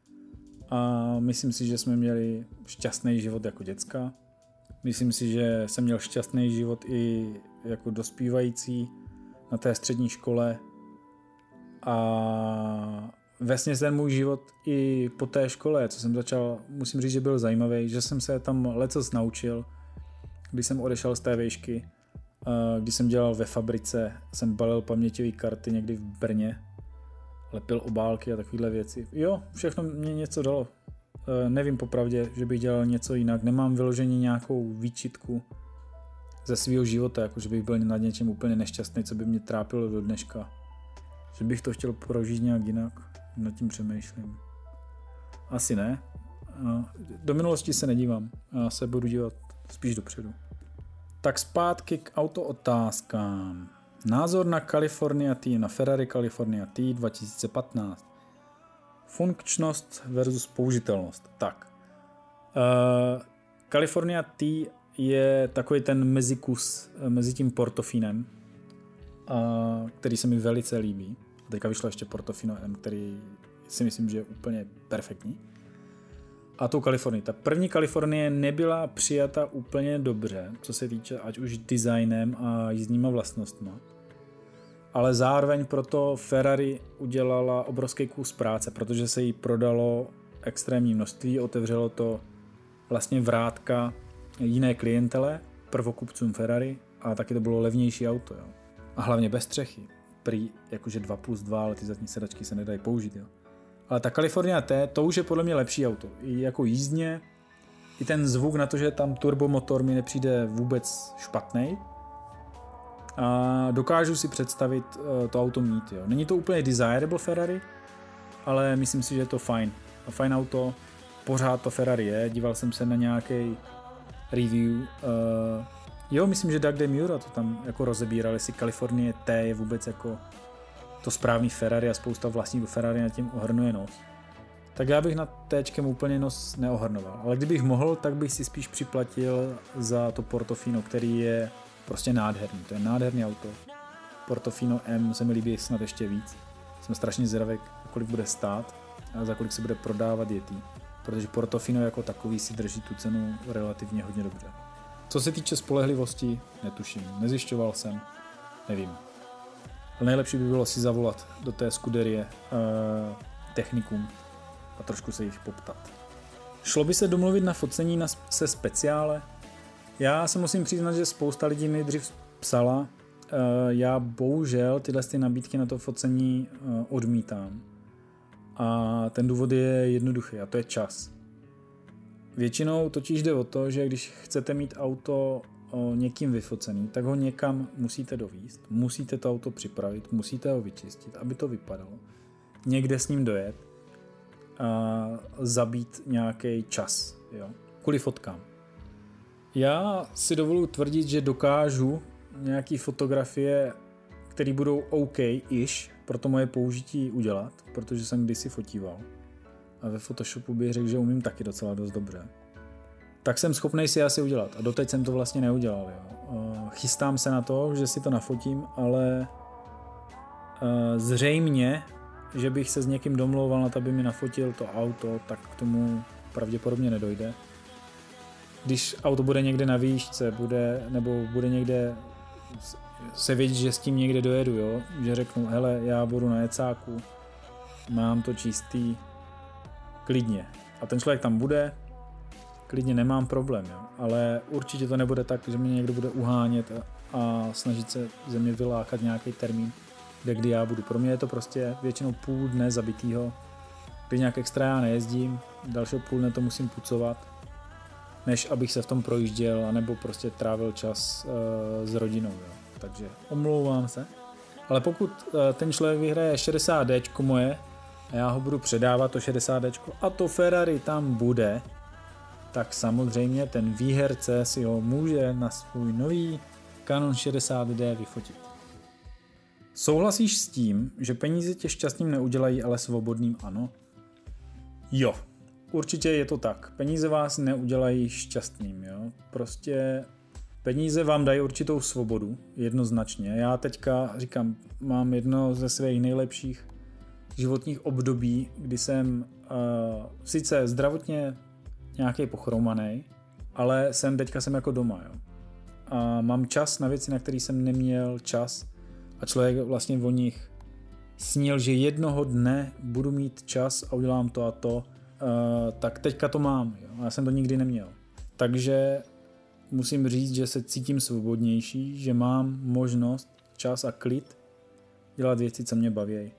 a myslím si, že jsme měli šťastný život jako děcka. Myslím si, že jsem měl šťastný život i jako dospívající na té střední škole a vlastně ten můj život i po té škole, co jsem začal, musím říct, že byl zajímavý, že jsem se tam lecos naučil, když jsem odešel z té vejšky, když jsem dělal ve fabrice, jsem balil paměťové karty někdy v Brně, lepil obálky a takovéhle věci. Jo, všechno mě něco dalo. Nevím popravdě, že bych dělal něco jinak. Nemám vyloženě nějakou výčitku ze svého života, jako že bych byl nad něčím úplně nešťastný, co by mě trápilo do dneška. Že bych to chtěl prožít nějak jinak. Nad tím přemýšlím. Asi ne. Do minulosti se nedívám. Já se budu dívat spíš dopředu. Tak zpátky k autootázkám. Názor na California T, na Ferrari California T dva tisíce patnáct. Funkčnost versus použitelnost. Tak. Uh, California T je takový ten mezikus mezi tím Portofinem, uh, který se mi velice líbí. Teďka vyšlo ještě Portofino M, který si myslím, že je úplně perfektní. A tou Kalifornii. Ta první Kalifornie nebyla přijata úplně dobře, co se týče ať už designem a jízdníma vlastnostma. Ale zároveň proto Ferrari udělala obrovský kus práce, protože se jí prodalo extrémní množství, otevřelo to vlastně vrátka jiné klientele, prvokupcům Ferrari a taky to bylo levnější auto. Jo. A hlavně bez střechy. Prý jakože dva plus dva, ale ty zadní sedačky se nedají použít. Jo. Ale ta California T, to už je podle mě lepší auto. I jako jízdně, i ten zvuk na to, že tam turbomotor mi nepřijde vůbec špatnej. A dokážu si představit to auto mít. Jo. Není to úplně desirable Ferrari, ale myslím si, že je to fajn. A fajn auto, pořád to Ferrari je. Díval jsem se na nějaký review. Uh, jo, myslím, že Doug DeMuro to tam jako rozebíral, jestli Californie T je vůbec jako to správný Ferrari a spousta vlastníků Ferrari nad tím ohrnuje nos. Tak já bych nad Tčkem úplně nos neohrnoval. Ale kdybych mohl, tak bych si spíš připlatil za to Portofino, který je prostě nádherný. To je nádherný auto. Portofino M se mi líbí snad ještě víc. Jsem strašně zvědavý, kolik bude stát a za kolik se bude prodávat Yeti. Protože Portofino jako takový si drží tu cenu relativně hodně dobře. Co se týče spolehlivosti, netuším. Nezjišťoval jsem, nevím. Ale nejlepší by bylo si zavolat do té skuderie uh, technikům a trošku se jich poptat. Šlo by se domluvit na focení na, se speciále? Já se musím přiznat, že spousta lidí mi dřív psala. Uh, já bohužel tyhle ty nabídky na to focení uh, odmítám. A ten důvod je jednoduchý a to je čas. Většinou totiž jde o to, že když chcete mít auto o, někým vyfocený, tak ho někam musíte dovízt, musíte to auto připravit, musíte ho vyčistit, aby to vypadalo. Někde s ním dojet a zabít nějaký čas, jo, kvůli fotkám. Já si dovoluji tvrdit, že dokážu nějaký fotografie, které budou OK-ish pro to moje použití udělat, protože jsem kdysi fotíval. A ve Photoshopu bych řekl, že umím taky docela dost dobře. Tak jsem schopnej si asi udělat. A doteď jsem to vlastně neudělal. Jo. Chystám se na to, že si to nafotím, ale zřejmě, že bych se s někým domlouval na to, aby mi nafotil to auto, tak k tomu pravděpodobně nedojde. Když auto bude někde na výšce, bude, nebo bude někde se vědět, že s tím někde dojedu, jo? Že řeknu, hele, já budu na jecáku, mám to čistý, klidně. A ten člověk tam bude, klidně nemám problém, jo? Ale určitě to nebude tak, že mě někdo bude uhánět a, a snažit se ze mě vylákat nějaký termín, kde kdy já budu. Pro mě je to prostě většinou půl dne zabitýho, kdy nějak extra já nejezdím, dalšího půl dne to musím pucovat, než abych se v tom projížděl, anebo prostě trávil čas uh, s rodinou. Jo. Takže omlouvám se. Ale pokud uh, ten člověk vyhraje šedesát dé moje a já ho budu předávat to šedesát dé a to Ferrari tam bude, tak samozřejmě ten výherce si ho může na svůj nový Canon šedesát dé vyfotit. Souhlasíš s tím, že peníze tě šťastným neudělají, ale svobodným ano? Jo. Určitě je to tak. Peníze vás neudělají šťastným, jo. Prostě peníze vám dají určitou svobodu, jednoznačně. Já teďka říkám, mám jedno ze svých nejlepších životních období, kdy jsem uh, sice zdravotně nějaký pochromanej, ale jsem teďka jsem jako doma, jo. A mám čas na věci, na který jsem neměl čas a člověk vlastně o nich snil, že jednoho dne budu mít čas a udělám to a to. Uh, tak teďka to mám, jo? Já jsem to nikdy neměl. Takže musím říct, že se cítím svobodnější, že mám možnost, čas a klid dělat věci, co mě baví.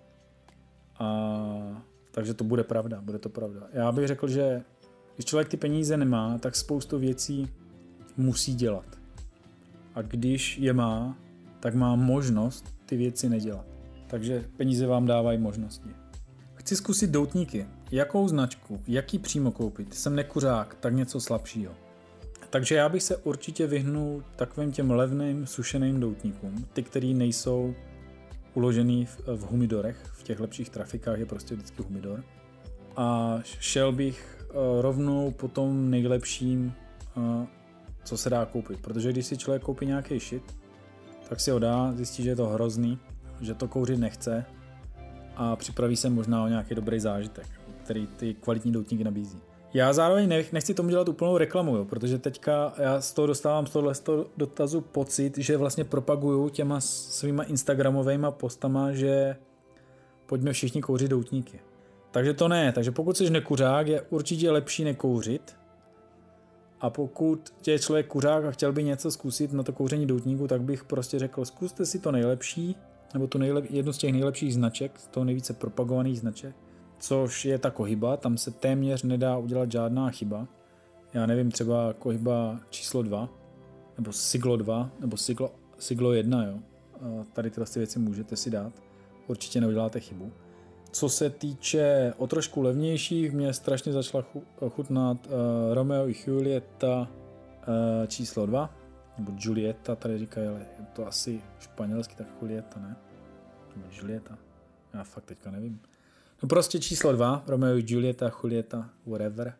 A takže to bude pravda, bude to pravda. Já bych řekl, že když člověk ty peníze nemá, tak spoustu věcí musí dělat. A když je má, tak má možnost ty věci nedělat. Takže peníze vám dávají možnosti. Chci zkusit doutníky. Jakou značku, jaký přímo koupit? Jsem nekuřák, tak něco slabšího. Takže já bych se určitě vyhnul takovým těm levným sušeným doutníkům. Ty, který nejsou uložený v, v humidorech. V těch lepších trafikách je prostě vždycky humidor. A šel bych uh, rovnou po tom nejlepším, uh, co se dá koupit. Protože když si člověk koupí nějaký shit, tak si ho dá, zjistí, že je to hrozný, že to kouřit nechce a připraví se možná o nějaký dobrý zážitek, který ty kvalitní doutníky nabízí. Já zároveň nechci tomu dělat úplnou reklamu, jo, protože teďka já z toho dostávám z tohohle z toho dotazu pocit, že vlastně propaguju těma svýma instagramovejma postama, že pojďme všichni kouřit doutníky. Takže to ne, takže pokud jsi nekuřák, je určitě lepší nekouřit. A pokud je člověk kuřák a chtěl by něco zkusit na to kouření doutníku, tak bych prostě řekl, zkuste si to nejlepší, nebo tu nejlep, jednu z těch nejlepších značek, z toho nejvíce propagovaných značek, což je ta Cohiba, tam se téměř nedá udělat žádná chyba. Já nevím, třeba Cohiba číslo dva, nebo Siglo dva, nebo Siglo, Siglo jedna, jo. A tady tyhle věci můžete si dát, určitě neuděláte chybu. Co se týče o trošku levnějších, mě strašně začala chutnat uh, Romeo i Julieta uh, číslo dva, nebo Julieta, tady říkají, ale je to asi španělsky, tak Julieta, ne? Nebo Julieta, já fakt teďka nevím. No prostě číslo dva, Romeo i Julieta, Julieta, whatever.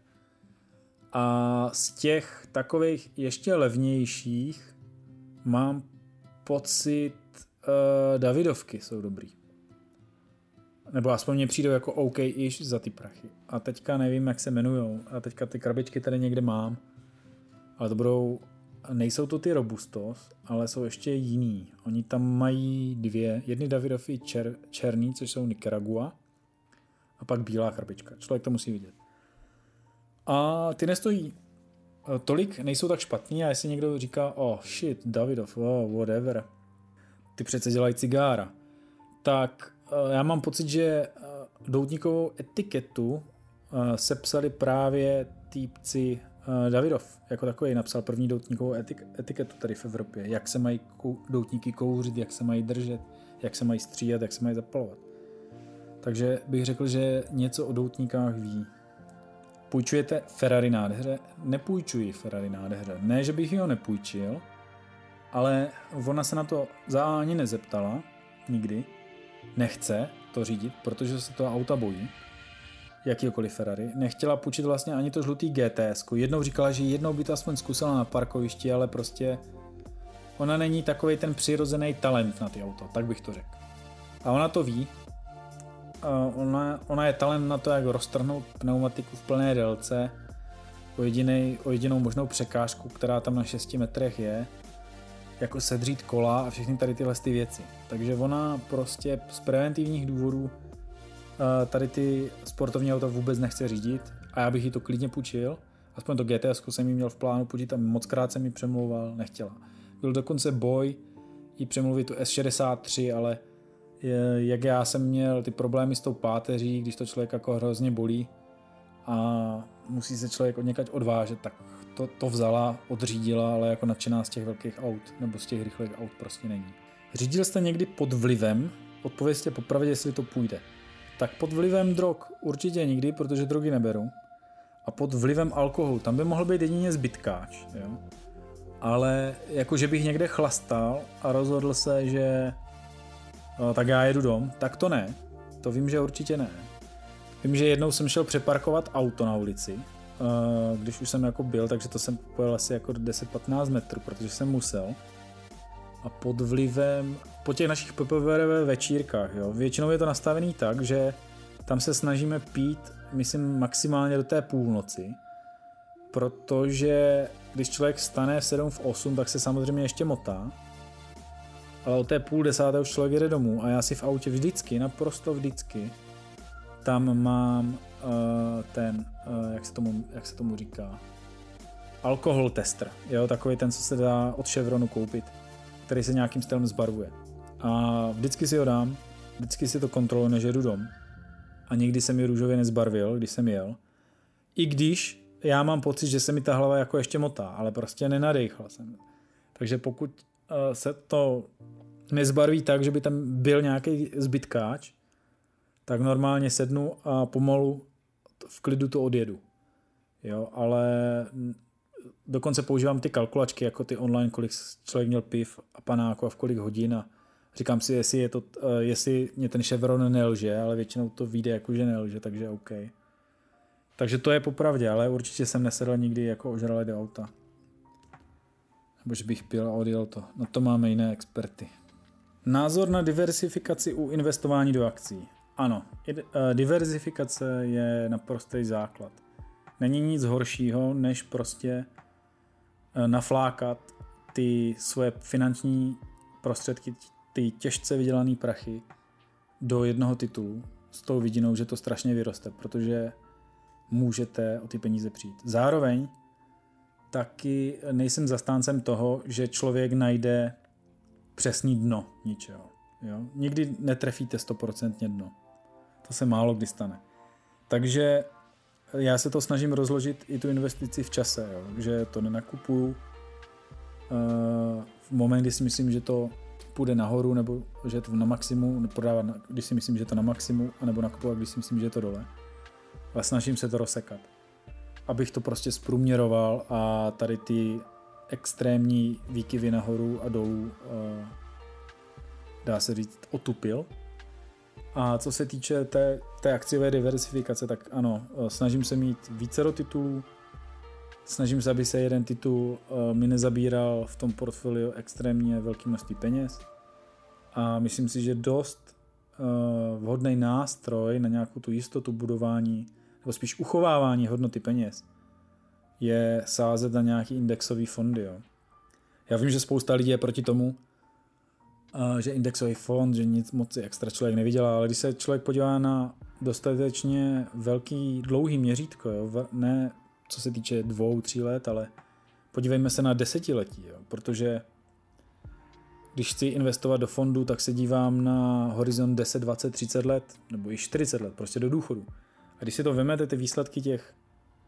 A z těch takových ještě levnějších mám pocit, uh, Davidovky jsou dobrý. Nebo aspoň mě přijdou jako OK-ish za ty prachy. A teďka nevím, jak se jmenujou. A teďka ty krabičky tady někde mám. Ale to budou... Nejsou to ty Robustos, ale jsou ještě jiný. Oni tam mají dvě. Jedny Davidovy čer, černý, což jsou Nicaragua. A pak bílá krabička. Člověk to musí vidět. A ty nestojí tolik, nejsou tak špatný. A jestli někdo říká, oh shit, Davidov, oh, whatever. Ty přece dělají cigára. Tak... Já mám pocit, že doutníkovou etiketu sepsali právě týpci Davidov jako takový napsal první doutníkovou etik- etiketu tady v Evropě. Jak se mají kou- doutníky kouřit, jak se mají držet, jak se mají stříhat, jak se mají zapalovat. Takže bych řekl, že něco o doutníkách ví. Půjčujete Ferrari nádheře? Nepůjčuji Ferrari nádheře. Ne, že bych ho nepůjčil, ale ona se na to za ani nezeptala, nikdy. Nechce to řídit, protože se toho auta bojí. Jakýkoliv Ferrari. Nechtěla půjčit vlastně ani to žlutý G T S. Jednou říkala, že jednou by to aspoň zkusila na parkovišti, ale prostě ona není takovej ten přirozený talent na ty auto, tak bych to řekl. A ona to ví. A ona, ona je talent na to, jak roztrhnout pneumatiku v plné délce o, jedinej, o jedinou možnou překážku, která tam na šesti metrech je, jako sedřít kola a všechny tady tyhle ty věci. Takže ona prostě z preventivních důvodů tady ty sportovní auta vůbec nechce řídit a já bych jí to klidně půjčil. Aspoň to G T S jsem jí měl v plánu půjčit a mockrát jsem jí přemlouval, nechtěla. Byl dokonce boj jí přemluvit tu S šedesát tři, ale jak já jsem měl ty problémy s tou páteří, když to člověk jako hrozně bolí a musí se člověk od někaď odvážet, tak to, to vzala, odřídila, ale jako nadšená z těch velkých aut nebo z těch rychlých aut prostě není. Řídil jste někdy pod vlivem? Odpovězte popravdě, jestli to půjde. Tak pod vlivem drog určitě nikdy, protože drogy neberu. A pod vlivem alkoholu, tam by mohl být jedině zbytkáč. Jo? Ale jako, že bych někde chlastal a rozhodl se, že no, tak já jedu dom, tak to ne. To vím, že určitě ne. Vím, že jednou jsem šel přeparkovat auto na ulici, když už jsem jako byl, takže to jsem pojel asi jako deset patnáct metrů, protože jsem musel. A pod vlivem, po těch našich P P V R večírkách, jo, většinou je to nastavený tak, že tam se snažíme pít, myslím, maximálně do té půlnoci, protože když člověk vstane v sedm, v osm, tak se samozřejmě ještě motá, ale o té půl desáté už člověk jede domů a já si v autě vždycky, naprosto vždycky, tam mám uh, ten, uh, jak se tomu, jak se tomu říká, alkohol tester, jo, takový ten, co se dá od Chevronu koupit, který se nějakým stylem zbarvuje. A vždycky si ho dám, vždycky si to kontroluji, než jedu dom. A nikdy se mi růžově nezbarvil, když jsem jel. I když já mám pocit, že se mi ta hlava jako ještě motá, ale prostě nenadejchal jsem. Takže pokud uh, se to nezbarví tak, že by tam byl nějaký zbytkáč, tak normálně sednu a pomalu v klidu to odjedu. Jo, ale dokonce používám ty kalkulačky, jako ty online, kolik člověk měl piv a panáku a v kolik hodin a říkám si, jestli, je to, jestli mě ten Chevron nelže, ale většinou to vyjde jako, že nelže, takže OK. Takže to je popravdě, ale určitě jsem nesedl nikdy jako ožralý do auta. Nebo že bych pil a odjel to. Na to máme jiné experty. Názor na diversifikaci u investování do akcí. Ano, diversifikace je naprostý základ. Není nic horšího, než prostě naflákat ty svoje finanční prostředky, ty těžce vydělané prachy do jednoho titulu s tou vidinou, že to strašně vyroste, protože můžete o ty peníze přijít. Zároveň taky nejsem zastáncem toho, že člověk najde přesný dno ničeho. Jo? Nikdy netrefíte stoprocentně dno. To se málo kdy stane. Takže já se to snažím rozložit i tu investici v čase, jo? Že to nenakupuju uh, v moment, kdy si myslím, že to půjde nahoru, nebo že je to na maximu, prodávat, když si myslím, že je to na maximu, anebo nakupovat, když si myslím, že je to dole. Ale snažím se to rozsekat. Abych to prostě zprůměroval a tady ty extrémní výkyvy nahoru a dolů uh, dá se říct otupil. A co se týče té, té akciové diversifikace, tak ano, snažím se mít vícero titulů, snažím se, aby se jeden titul uh, mi nezabíral v tom portfoliu extrémně velké množství peněz a myslím si, že dost uh, vhodný nástroj na nějakou tu jistotu budování nebo spíš uchovávání hodnoty peněz je sázet na nějaký indexový fondy. Jo. Já vím, že spousta lidí je proti tomu, že indexový fond, že nic moc extra člověk nevydělá, ale když se člověk podívá na dostatečně velký, dlouhý měřítko, jo, ne co se týče dvou, tří let, ale podívejme se na desetiletí, jo, protože když chci investovat do fondu, tak se dívám na horizont deset, dvacet, třicet let, nebo i čtyřicet let, prostě do důchodu. A když si to vemete, ty výsledky těch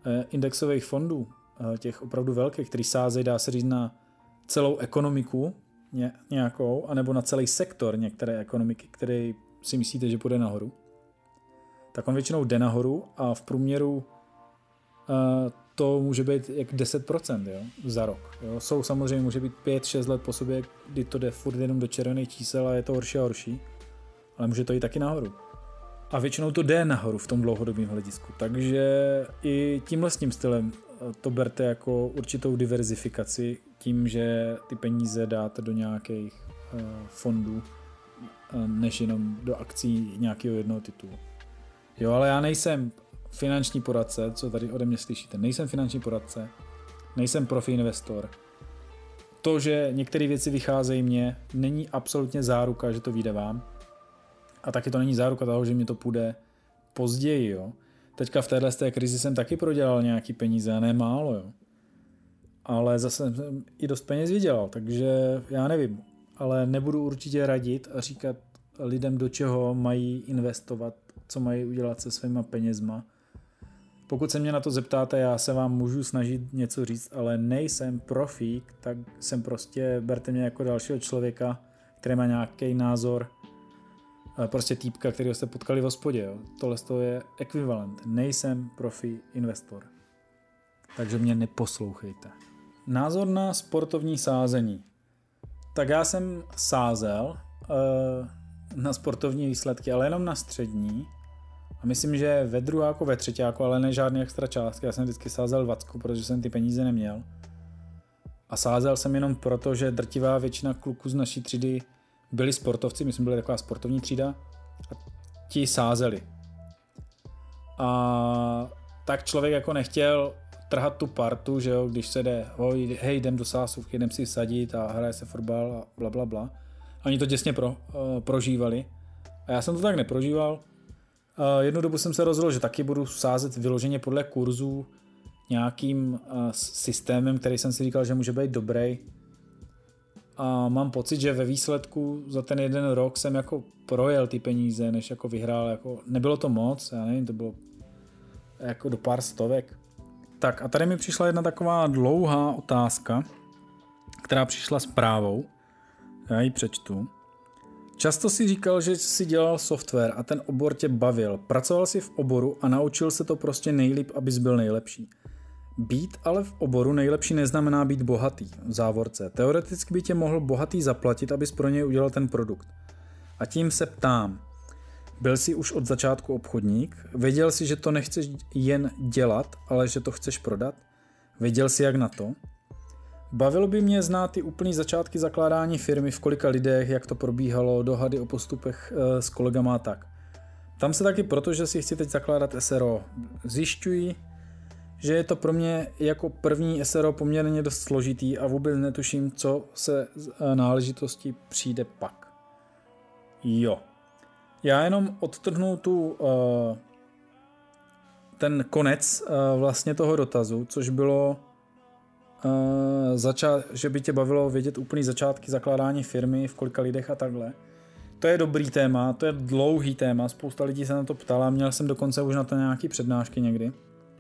indexových fondů, těch opravdu velkých, který sázejí, dá se říct, na celou ekonomiku nějakou, anebo na celý sektor některé ekonomiky, který si myslíte, že půjde nahoru, tak on většinou jde nahoru a v průměru to může být jak deset procent, jo, za rok. Jo. Jsou samozřejmě, může být pět šest let po sobě, kdy to jde furt jenom do červených čísel a je to horší a horší, ale může to jít taky nahoru. A většinou to jde nahoru v tom dlouhodobém hledisku. Takže i tímhle s tím stylem to berte jako určitou diverzifikaci tím, že ty peníze dáte do nějakých uh, fondů, uh, než jenom do akcí nějakého jednoho titulu. Jo, ale já nejsem finanční poradce, co tady ode mě slyšíte. Nejsem finanční poradce, nejsem profi investor. To, že některé věci vycházejí mně, není absolutně záruka, že to vyjde vám. A taky to není záruka toho, že mi to půjde později, jo. Teďka v téhle té krizi jsem taky prodělal nějaký peníze a ne málo, jo. Ale zase jsem i dost peněz vydělal, takže já nevím. Ale nebudu určitě radit a říkat lidem, do čeho mají investovat, co mají udělat se svýma penězma. Pokud se mě na to zeptáte, já se vám můžu snažit něco říct, ale nejsem profík, tak jsem prostě, berte mě jako dalšího člověka, který má nějaký názor, prostě týpka, kterýho jste potkali v hospodě. Jo. Tohle je ekvivalent. Nejsem profi investor. Takže mě neposlouchejte. Názor na sportovní sázení. Tak já jsem sázel uh, na sportovní výsledky, ale jenom na střední. A myslím, že ve druháku, ve třetíku, ale ne žádný extra částky. Já jsem vždycky sázel vacku, protože jsem ty peníze neměl. A sázel jsem jenom proto, že drtivá většina kluků z naší třídy byli sportovci, my jsme byli taková sportovní třída a ti sázeli. A tak člověk jako nechtěl trhat tu partu, že jo, když se jde, hoj, hej, jdem do sásovky, jdem si sadit a hraje se fotbal a bla, bla, bla. A oni to děsně pro, uh, prožívali. A já jsem to tak neprožíval. Uh, jednu dobu jsem se rozhodl, že taky budu sázet vyloženě podle kurzů nějakým uh, systémem, který jsem si říkal, že může být dobrý. A mám pocit, že ve výsledku za ten jeden rok jsem jako projel ty peníze, než jako vyhrál. Jako, nebylo to moc, já nevím, to bylo jako do pár stovek. Tak a tady mi přišla jedna taková dlouhá otázka, která přišla zprávou. Já ji přečtu. Často si říkal, že jsi dělal software a ten obor tě bavil. Pracoval jsi v oboru a naučil se to prostě nejlíp, abys byl nejlepší. Být ale v oboru nejlepší neznamená být bohatý, v závorce. Teoreticky by tě mohl bohatý zaplatit, abys pro něj udělal ten produkt. A tím se ptám, byl jsi už od začátku obchodník? Věděl jsi, že to nechceš jen dělat, ale že to chceš prodat? Věděl jsi, jak na to? Bavilo by mě znát ty úplný začátky zakládání firmy, v kolika lidech, jak to probíhalo, dohady o postupech e, s kolegama a tak. Tam se taky proto, že si chci teď zakládat S R O. Zjišťuji, že je to pro mě jako první S R O poměrně dost složitý a vůbec netuším, co se z náležitostí přijde pak. Jo. Já jenom odtrhnu tu, uh, ten konec uh, vlastně toho dotazu, což bylo, uh, zača- že by tě bavilo vědět úplný začátky zakládání firmy, v kolika lidech a takhle. To je dobrý téma, to je dlouhý téma, spousta lidí se na to ptala, měl jsem dokonce už na to nějaký přednášky někdy.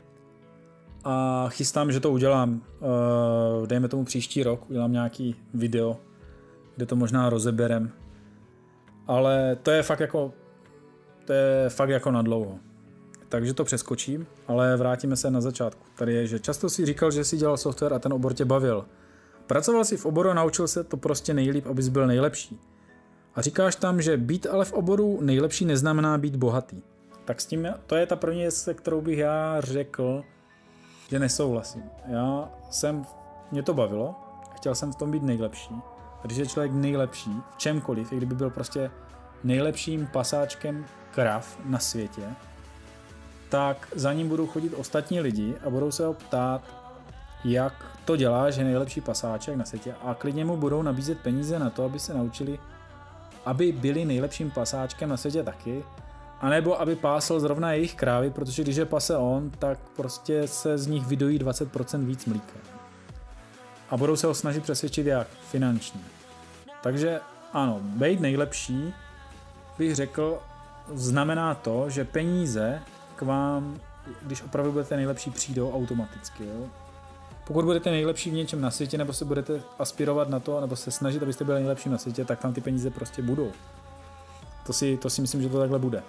A chystám, že to udělám, uh, dejme tomu příští rok, udělám nějaký video, kde to možná rozeberem. Ale to je fakt jako, to je fakt jako na dlouho. Takže to přeskočím, ale vrátíme se na začátku. Tady je, že často si říkal, že jsi dělal software a ten obor tě bavil. Pracoval jsi v oboru a naučil se to prostě nejlíp, abys byl nejlepší. A říkáš tam, že být ale v oboru nejlepší neznamená být bohatý. Tak s tím, to je ta první věc, se kterou bych já řekl, že nesouhlasím. Já jsem, mě to bavilo, chtěl jsem v tom být nejlepší. A když je člověk nejlepší v čemkoliv, i kdyby byl prostě nejlepším pasáčkem krav na světě, tak za ním budou chodit ostatní lidi a budou se ho ptát, jak to dělá, že je nejlepší pasáček na světě, a klidně mu budou nabízet peníze na to, aby se naučili, aby byli nejlepším pasáčkem na světě taky, anebo aby pásl zrovna jejich krávy, protože když je pase on, tak prostě se z nich vydojí dvacet procent víc mlíka. A budou se ho snažit přesvědčit jak finančně. Takže ano, být nejlepší, bych řekl, znamená to, že peníze k vám když opravdu budete nejlepší, přijdou automaticky. Jo? Pokud budete nejlepší v něčem na světě, nebo se budete aspirovat na to, nebo se snažit, abyste byli nejlepší na světě, tak tam ty peníze prostě budou. To si, to si myslím, že to takhle bude.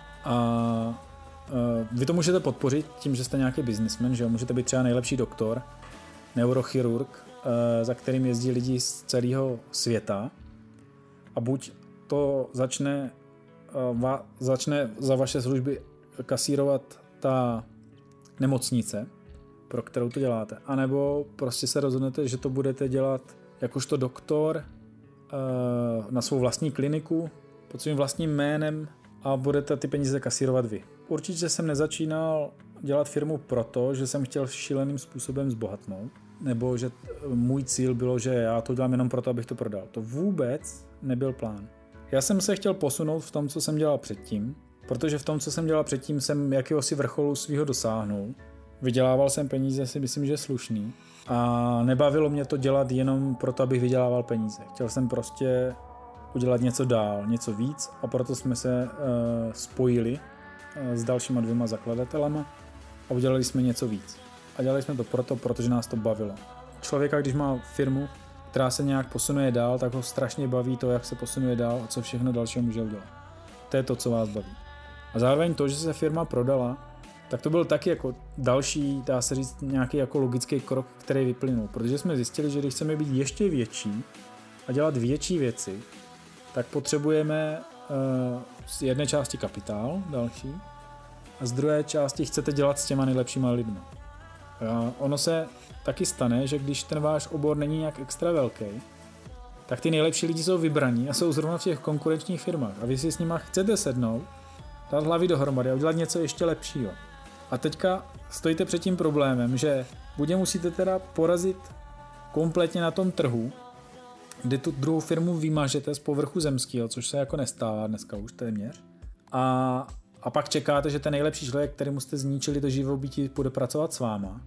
A uh, vy to můžete podpořit tím, že jste nějaký businessman, že jo? Můžete být třeba nejlepší doktor, neurochirurg, uh, za kterým jezdí lidi z celého světa a buď to začne, uh, va, začne za vaše služby kasírovat ta nemocnice, pro kterou to děláte, anebo prostě se rozhodnete, že to budete dělat jakožto doktor uh, na svou vlastní kliniku pod svým vlastním jménem a budete ty peníze kasírovat vy. Určitě jsem nezačínal dělat firmu proto, že jsem chtěl šíleným způsobem zbohatnout, nebo že můj cíl bylo, že já to dělám jenom proto, abych to prodal. To vůbec nebyl plán. Já jsem se chtěl posunout v tom, co jsem dělal předtím, protože v tom, co jsem dělal předtím, jsem jakéhosi vrcholu svýho dosáhnul. Vydělával jsem peníze, si myslím, že je slušný. A nebavilo mě to dělat jenom proto, abych vydělával peníze. Chtěl jsem prostě udělat něco dál, něco víc a proto jsme se uh, spojili uh, s dalšíma dvěma zakladatelama a udělali jsme něco víc. A dělali jsme to proto, protože nás to bavilo. Člověka, když má firmu, která se nějak posunuje dál, tak ho strašně baví to, jak se posunuje dál a co všechno dalšího může udělat. To je to, co vás baví. A zároveň to, že se firma prodala, tak to byl taky jako další, dá se říct, nějaký jako logický krok, který vyplynul. Protože jsme zjistili, že když chceme být ještě větší a dělat větší věci, tak potřebujeme uh, z jedné části kapitál, další, a z druhé části chcete dělat s těma nejlepšíma lidmi. A ono se taky stane, že když ten váš obor není nějak extra velký, tak ty nejlepší lidi jsou vybraní a jsou zrovna v těch konkurenčních firmách. A vy si s nima chcete sednout, dát hlavy dohromady a udělat něco ještě lepšího. A teďka stojíte před tím problémem, že buď je musíte teda porazit kompletně na tom trhu, kdy tu druhou firmu vymažete z povrchu zemského, což se jako nestává dneska už téměř. A, a pak čekáte, že ten nejlepší člověk, kterému jste zničili to živobytí, bude pracovat s váma.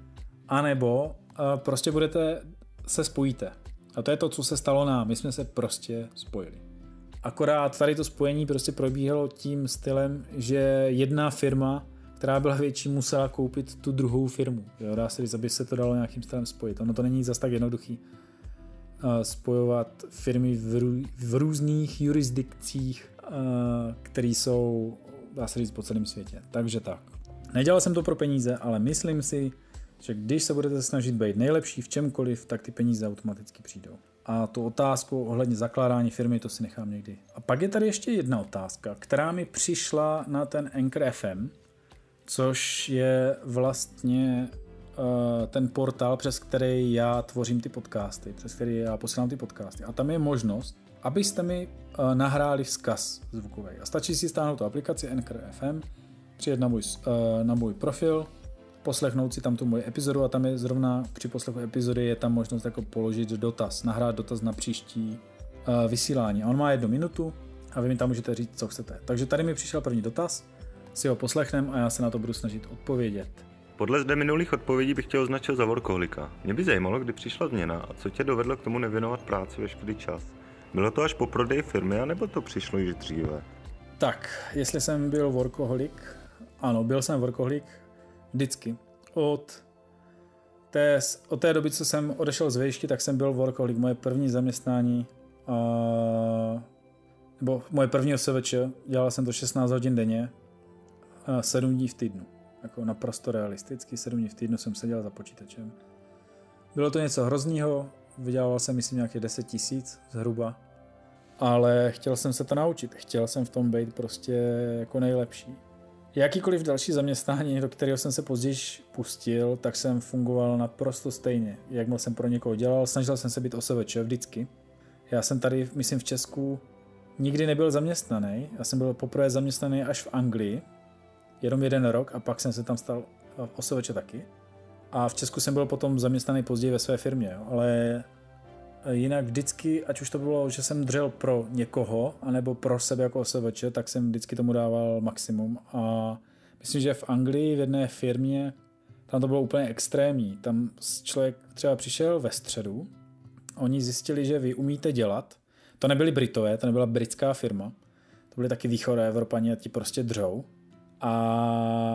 A nebo uh, prostě budete, se spojíte. A to je to, co se stalo nám. My jsme se prostě spojili. Akorát tady to spojení prostě probíhalo tím stylem, že jedna firma, která byla větší, musela koupit tu druhou firmu. Jo, dá se říct, aby se to dalo nějakým stylem spojit. Ono to není zas tak jednoduchý uh, spojovat firmy v, rů, v různých jurisdikcích, uh, které jsou, dá se říct, po celém světě. Takže tak. Nedělal jsem to pro peníze, ale myslím si, že když se budete snažit být nejlepší v čemkoliv, tak ty peníze automaticky přijdou. A tu otázku ohledně zakládání firmy, to si nechám někdy. A pak je tady ještě jedna otázka, která mi přišla na ten Anchor F M, což je vlastně uh, ten portál, přes který já tvořím ty podcasty, přes který já posílám ty podcasty. A tam je možnost, abyste mi uh, nahráli vzkaz zvukový. A stačí si stáhnout tu aplikaci Anchor F M, přijet na můj, uh, na můj profil, poslechnout si tam tu moji epizodu a tam je zrovna při poslechu epizody je tam možnost jako položit dotaz, nahrát dotaz na příští uh, vysílání. A on má jednu minutu a vy mi tam můžete říct, co chcete. Takže tady mi přišel první dotaz, si ho poslechnem a já se na to budu snažit odpovědět. Podle zde minulých odpovědí bych tě označil za workoholika. Mě by zajímalo, kdy přišla změna a co tě dovedlo k tomu nevěnovat práci veškerý čas. Bylo to až po prodeji firmy, anebo to přišlo již dříve? Tak, jestli jsem byl workoholik, ano, byl jsem workoholik vždycky. Od té, od té doby, co jsem odešel z vejšky, tak jsem byl workoholik. Moje první zaměstnání, a, nebo moje první O S V Č, dělal jsem to šestnáct hodin denně, sedm dní v týdnu. Jako naprosto realisticky, sedm dní v týdnu jsem seděl za počítačem. Bylo to něco hroznýho, vydělával jsem myslím nějaké deset tisíc zhruba, ale chtěl jsem se to naučit, chtěl jsem v tom být prostě jako nejlepší. Jakýkoliv další zaměstnání, do kterého jsem se později pustil, tak jsem fungoval naprosto stejně. Jakmile jsem pro někoho dělal, snažil jsem se být O S V Č vždycky. Já jsem tady, myslím v Česku, nikdy nebyl zaměstnaný. Já jsem byl poprvé zaměstnaný až v Anglii, jenom jeden rok a pak jsem se tam stal O S V Č taky. A v Česku jsem byl potom zaměstnaný později ve své firmě, jo. Ale jinak vždycky, ať už to bylo, že jsem dřel pro někoho, anebo pro sebe jako O S V Č, tak jsem vždycky tomu dával maximum. A myslím, že v Anglii v jedné firmě, tam to bylo úplně extrémní. Tam člověk třeba přišel ve středu, oni zjistili, že vy umíte dělat. To nebyli Britové, to nebyla britská firma. To byly taky východoevropani a ti prostě dřou. A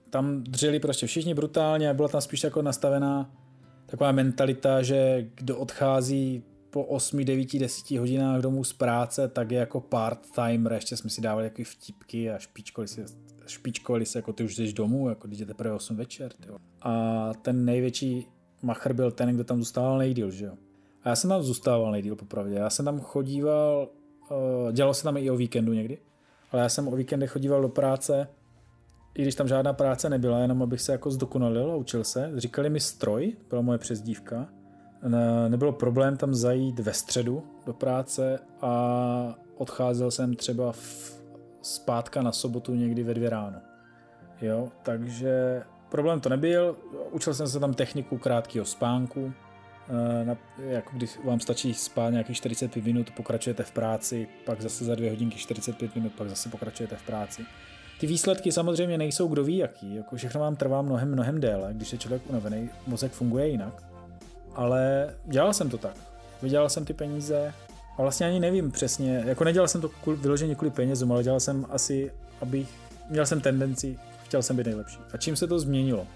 tam dřeli prostě všichni brutálně a byla tam spíš jako nastavená taková mentalita, že kdo odchází po osmi, devíti, deseti hodinách domů z práce, tak je jako part-timer, ještě jsme si dávali jaký vtipky a špičkovali si, špičkovali se, jako ty už jdeš domů, jako když je teprve osm večer. Tyjo. A ten největší machr byl ten, kdo tam zůstával nejdýl, že jo. A já jsem tam zůstával nejdýl, popravdě. Já jsem tam chodíval, uh, dělalo se tam i o víkendu někdy, ale já jsem o víkendech chodíval do práce, i když tam žádná práce nebyla, jenom abych se jako zdokonalil a učil se. Říkali mi stroj, byla moje přezdívka. Ne, nebylo problém tam zajít ve středu do práce a odcházel jsem třeba v, zpátka na sobotu někdy ve dvě ráno. Jo, takže problém to nebyl. Učil jsem se tam techniku krátkého spánku. Na, jako když vám stačí spát nějakých čtyřicet pět minut, pokračujete v práci, pak zase za dvě hodinky čtyřicet pět minut, pak zase pokračujete v práci. Ty výsledky samozřejmě nejsou kdo ví jaký, jako všechno vám trvá mnohem, mnohem déle, když je člověk unavený, mozek funguje jinak. Ale dělal jsem to tak, vydělal jsem ty peníze a vlastně ani nevím přesně, jako nedělal jsem to kvůli, vyloženě kvůli penězům, ale dělal jsem asi, abych, měl jsem tendenci, chtěl jsem být nejlepší. A čím se to změnilo?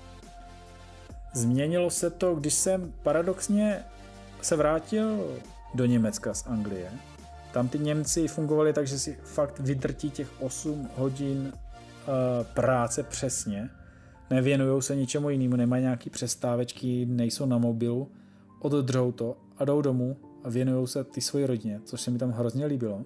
Změnilo se to, když jsem paradoxně se vrátil do Německa z Anglie. Tam ty Němci fungovali tak, že si fakt vydrtí těch osm hodin uh, práce přesně. Nevěnujou se ničemu jinému, nemají nějaký přestávečky, nejsou na mobilu, oddržou to a jdou domů a věnují se ty svoji rodině, což se mi tam hrozně líbilo.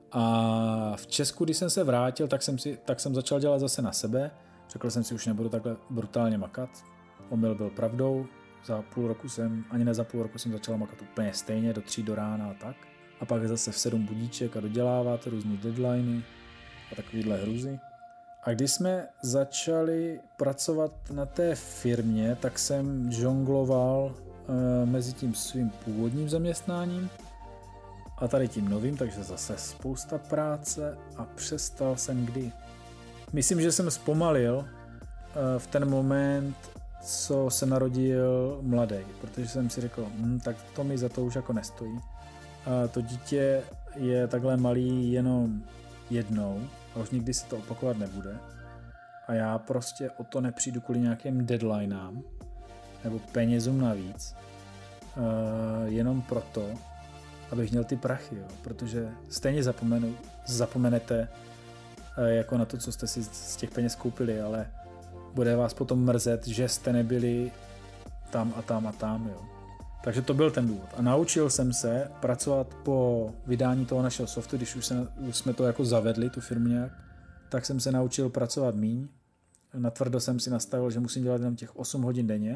A v Česku, když jsem se vrátil, tak jsem, si, tak jsem začal dělat zase na sebe. Řekl jsem si, už nebudu takhle brutálně makat. Omyl byl pravdou. Za půl roku jsem, ani ne za půl roku jsem začal makat úplně stejně, do tří do rána a tak. A pak zase v sedm budíček a dodělávat různý deadliny a takovýhle hruzy. A když jsme začali pracovat na té firmě, tak jsem žongloval e, mezi tím svým původním zaměstnáním a tady tím novým, takže zase spousta práce a přestal jsem kdy. Myslím, že jsem zpomalil e, v ten moment, co se narodil mladý, protože jsem si řekl, hm, tak to mi za to už jako nestojí. A to dítě je takhle malý jenom jednou a už nikdy se to opakovat nebude. A já prostě o to nepřijdu kvůli nějakým deadlinám nebo penězům navíc. Uh, jenom proto, abych měl ty prachy, jo. Protože stejně zapomenu, zapomenete uh, jako na to, co jste si z těch peněz koupili, ale bude vás potom mrzet, že jste nebyli tam a tam a tam, jo. Takže to byl ten důvod. A naučil jsem se pracovat po vydání toho našeho softu, když už, se, už jsme to jako zavedli, tu firmu nějak, tak jsem se naučil pracovat míň. Natvrdo jsem si nastavil, že musím dělat jenom těch osm hodin denně.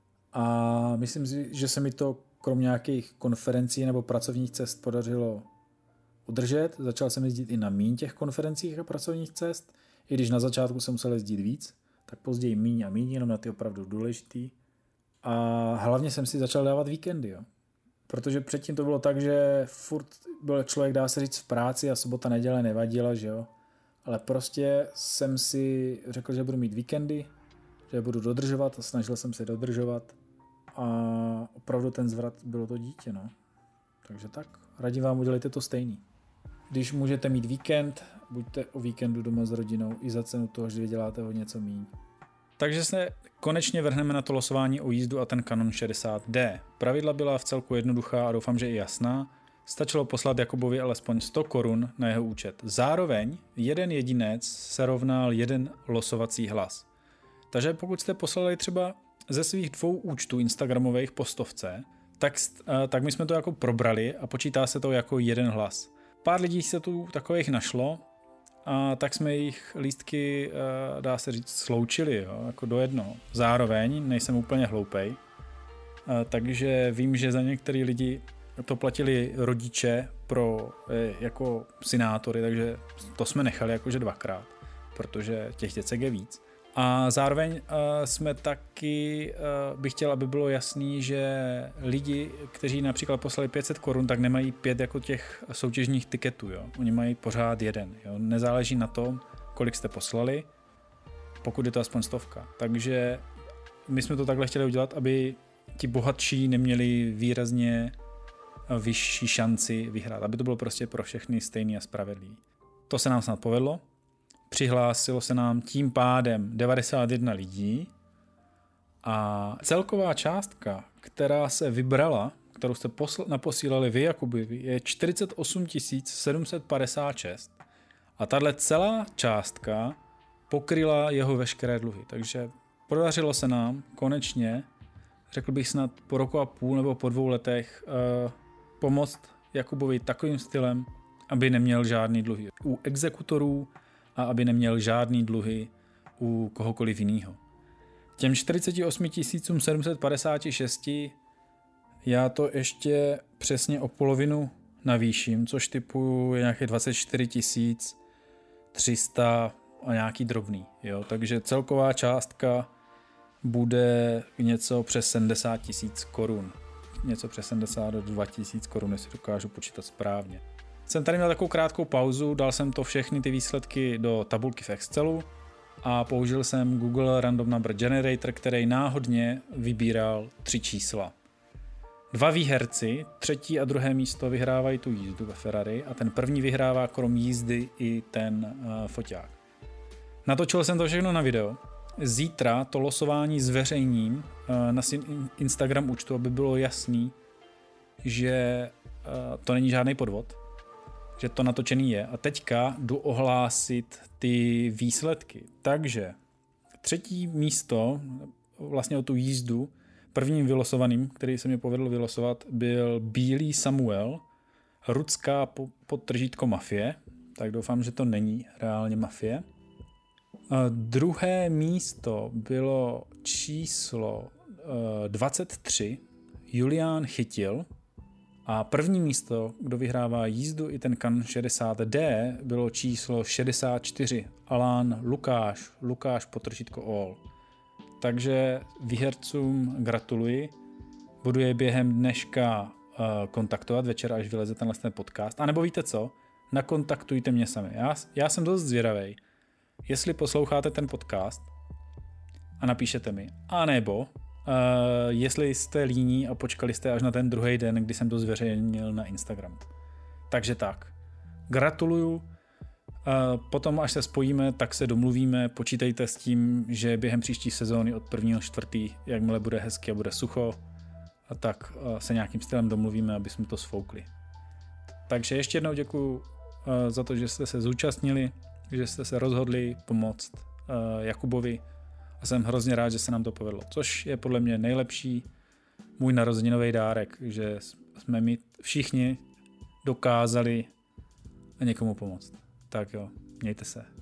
A myslím si, že se mi to krom nějakých konferencí nebo pracovních cest podařilo udržet. Začal jsem jezdit i na míň těch konferencích a pracovních cest. I když na začátku jsem musel jezdit víc, tak později míň a míň, jenom na ty opravdu důležitý. A hlavně jsem si začal dávat víkendy, jo. Protože předtím to bylo tak, že furt byl člověk, dá se říct, v práci a sobota, neděle nevadila, že jo. Ale prostě jsem si řekl, že budu mít víkendy, že budu dodržovat a snažil jsem se dodržovat. A opravdu ten zvrat bylo to dítě, no. Takže tak, radím vám, udělejte to stejný. Když můžete mít víkend, buďte o víkendu doma s rodinou i za cenu toho, že vyděláte o něco míň. Takže se konečně vrhneme na to losování o jízdu a ten Canon šedesát D. Pravidla byla v celku jednoduchá a doufám, že i jasná. Stačilo poslat Jakubovi alespoň sto korun na jeho účet. Zároveň jeden jedinec se rovnal jeden losovací hlas. Takže pokud jste poslali třeba ze svých dvou účtů instagramových po stovce, tak, tak my jsme to jako probrali a počítá se to jako jeden hlas. Pár lidí se tu takových našlo, a tak jsme jejich lístky, dá se říct, sloučili, jo, jako do jednoho. Zároveň nejsem úplně hloupej, takže vím, že za některý lidi to platili rodiče pro jako synátory, takže to jsme nechali jakože dvakrát, protože těch děcek je víc. A zároveň uh, jsme taky, uh, bych chtěl, aby bylo jasný, že lidi, kteří například poslali pět set korun, tak nemají pět jako těch soutěžních tiketů, jo. Oni mají pořád jeden, jo. Nezáleží na tom, kolik jste poslali, pokud je to aspoň stovka. Takže my jsme to takhle chtěli udělat, aby ti bohatší neměli výrazně vyšší šanci vyhrát, aby to bylo prostě pro všechny stejný a spravedlivý. To se nám snad povedlo. přihlásilo se nám tím pádem devadesát jedna lidí a celková částka, která se vybrala, kterou jste posl- naposílali vy, Jakuby, je čtyřicet osm tisíc sedm set padesát šest a tahle celá částka pokryla jeho veškeré dluhy. Takže podařilo se nám konečně, řekl bych snad po roku a půl nebo po dvou letech, uh, pomoct Jakubovi takovým stylem, aby neměl žádný dluhy u exekutorů a aby neměl žádný dluhy u kohokoliv jiného. Těm čtyřicet osm tisíc sedm set padesát šest já to ještě přesně o polovinu navýším, což typu je nějaké dvacet čtyři tisíc tři sta a nějaký drobný. Jo? Takže celková částka bude něco přes sedmdesát tisíc korun. Něco přes sedmdesát do dva tisíc korun, jestli dokážu počítat správně. Jsem tady měl takovou krátkou pauzu, dal jsem to všechny ty výsledky do tabulky v Excelu a použil jsem Google Random Number Generator, který náhodně vybíral tři čísla. Dva výherci, třetí a druhé místo, vyhrávají tu jízdu ve Ferrari a ten první vyhrává krom jízdy i ten uh, foťák. Natočil jsem to všechno na video. Zítra to losování zveřejním uh, na svým Instagram účtu, aby bylo jasný, že uh, to není žádný podvod, že to natočený je. A teďka jdu ohlásit ty výsledky. Takže třetí místo, vlastně o tu jízdu, prvním vylosovaným, který se mi povedl vylosovat, byl Bílý Samuel, Rudská podtržítko mafie, tak doufám, že to není reálně mafie. A druhé místo bylo číslo uh, dvacet tři, Julián Chytil, a první místo, kdo vyhrává jízdu i ten kan šedesát D, bylo číslo šedesát čtyři, Alán Lukáš, Lukáš podtržítko all. Takže výhercům gratuluji, budu je během dneška uh, kontaktovat večer, až vyleze tenhle ten podcast. A nebo víte co? Nakontaktujte mě sami. Já, já jsem dost zvědavej, jestli posloucháte ten podcast a napíšete mi. A nebo uh, jestli jste líní a počkali jste až na ten druhý den, kdy jsem to zveřejnil na Instagramu. Takže tak. Gratuluju. Potom, až se spojíme, tak se domluvíme, počítejte s tím, že během příští sezóny od prvního čtvrtý, jakmile bude hezky a bude sucho, a tak se nějakým stylem domluvíme, aby jsme to sfoukli. Takže ještě jednou děkuju za to, že jste se zúčastnili, že jste se rozhodli pomoct Jakubovi a jsem hrozně rád, že se nám to povedlo, což je podle mě nejlepší můj narozeninový dárek, že jsme my všichni dokázali někomu pomoct. Tak jo, mějte se.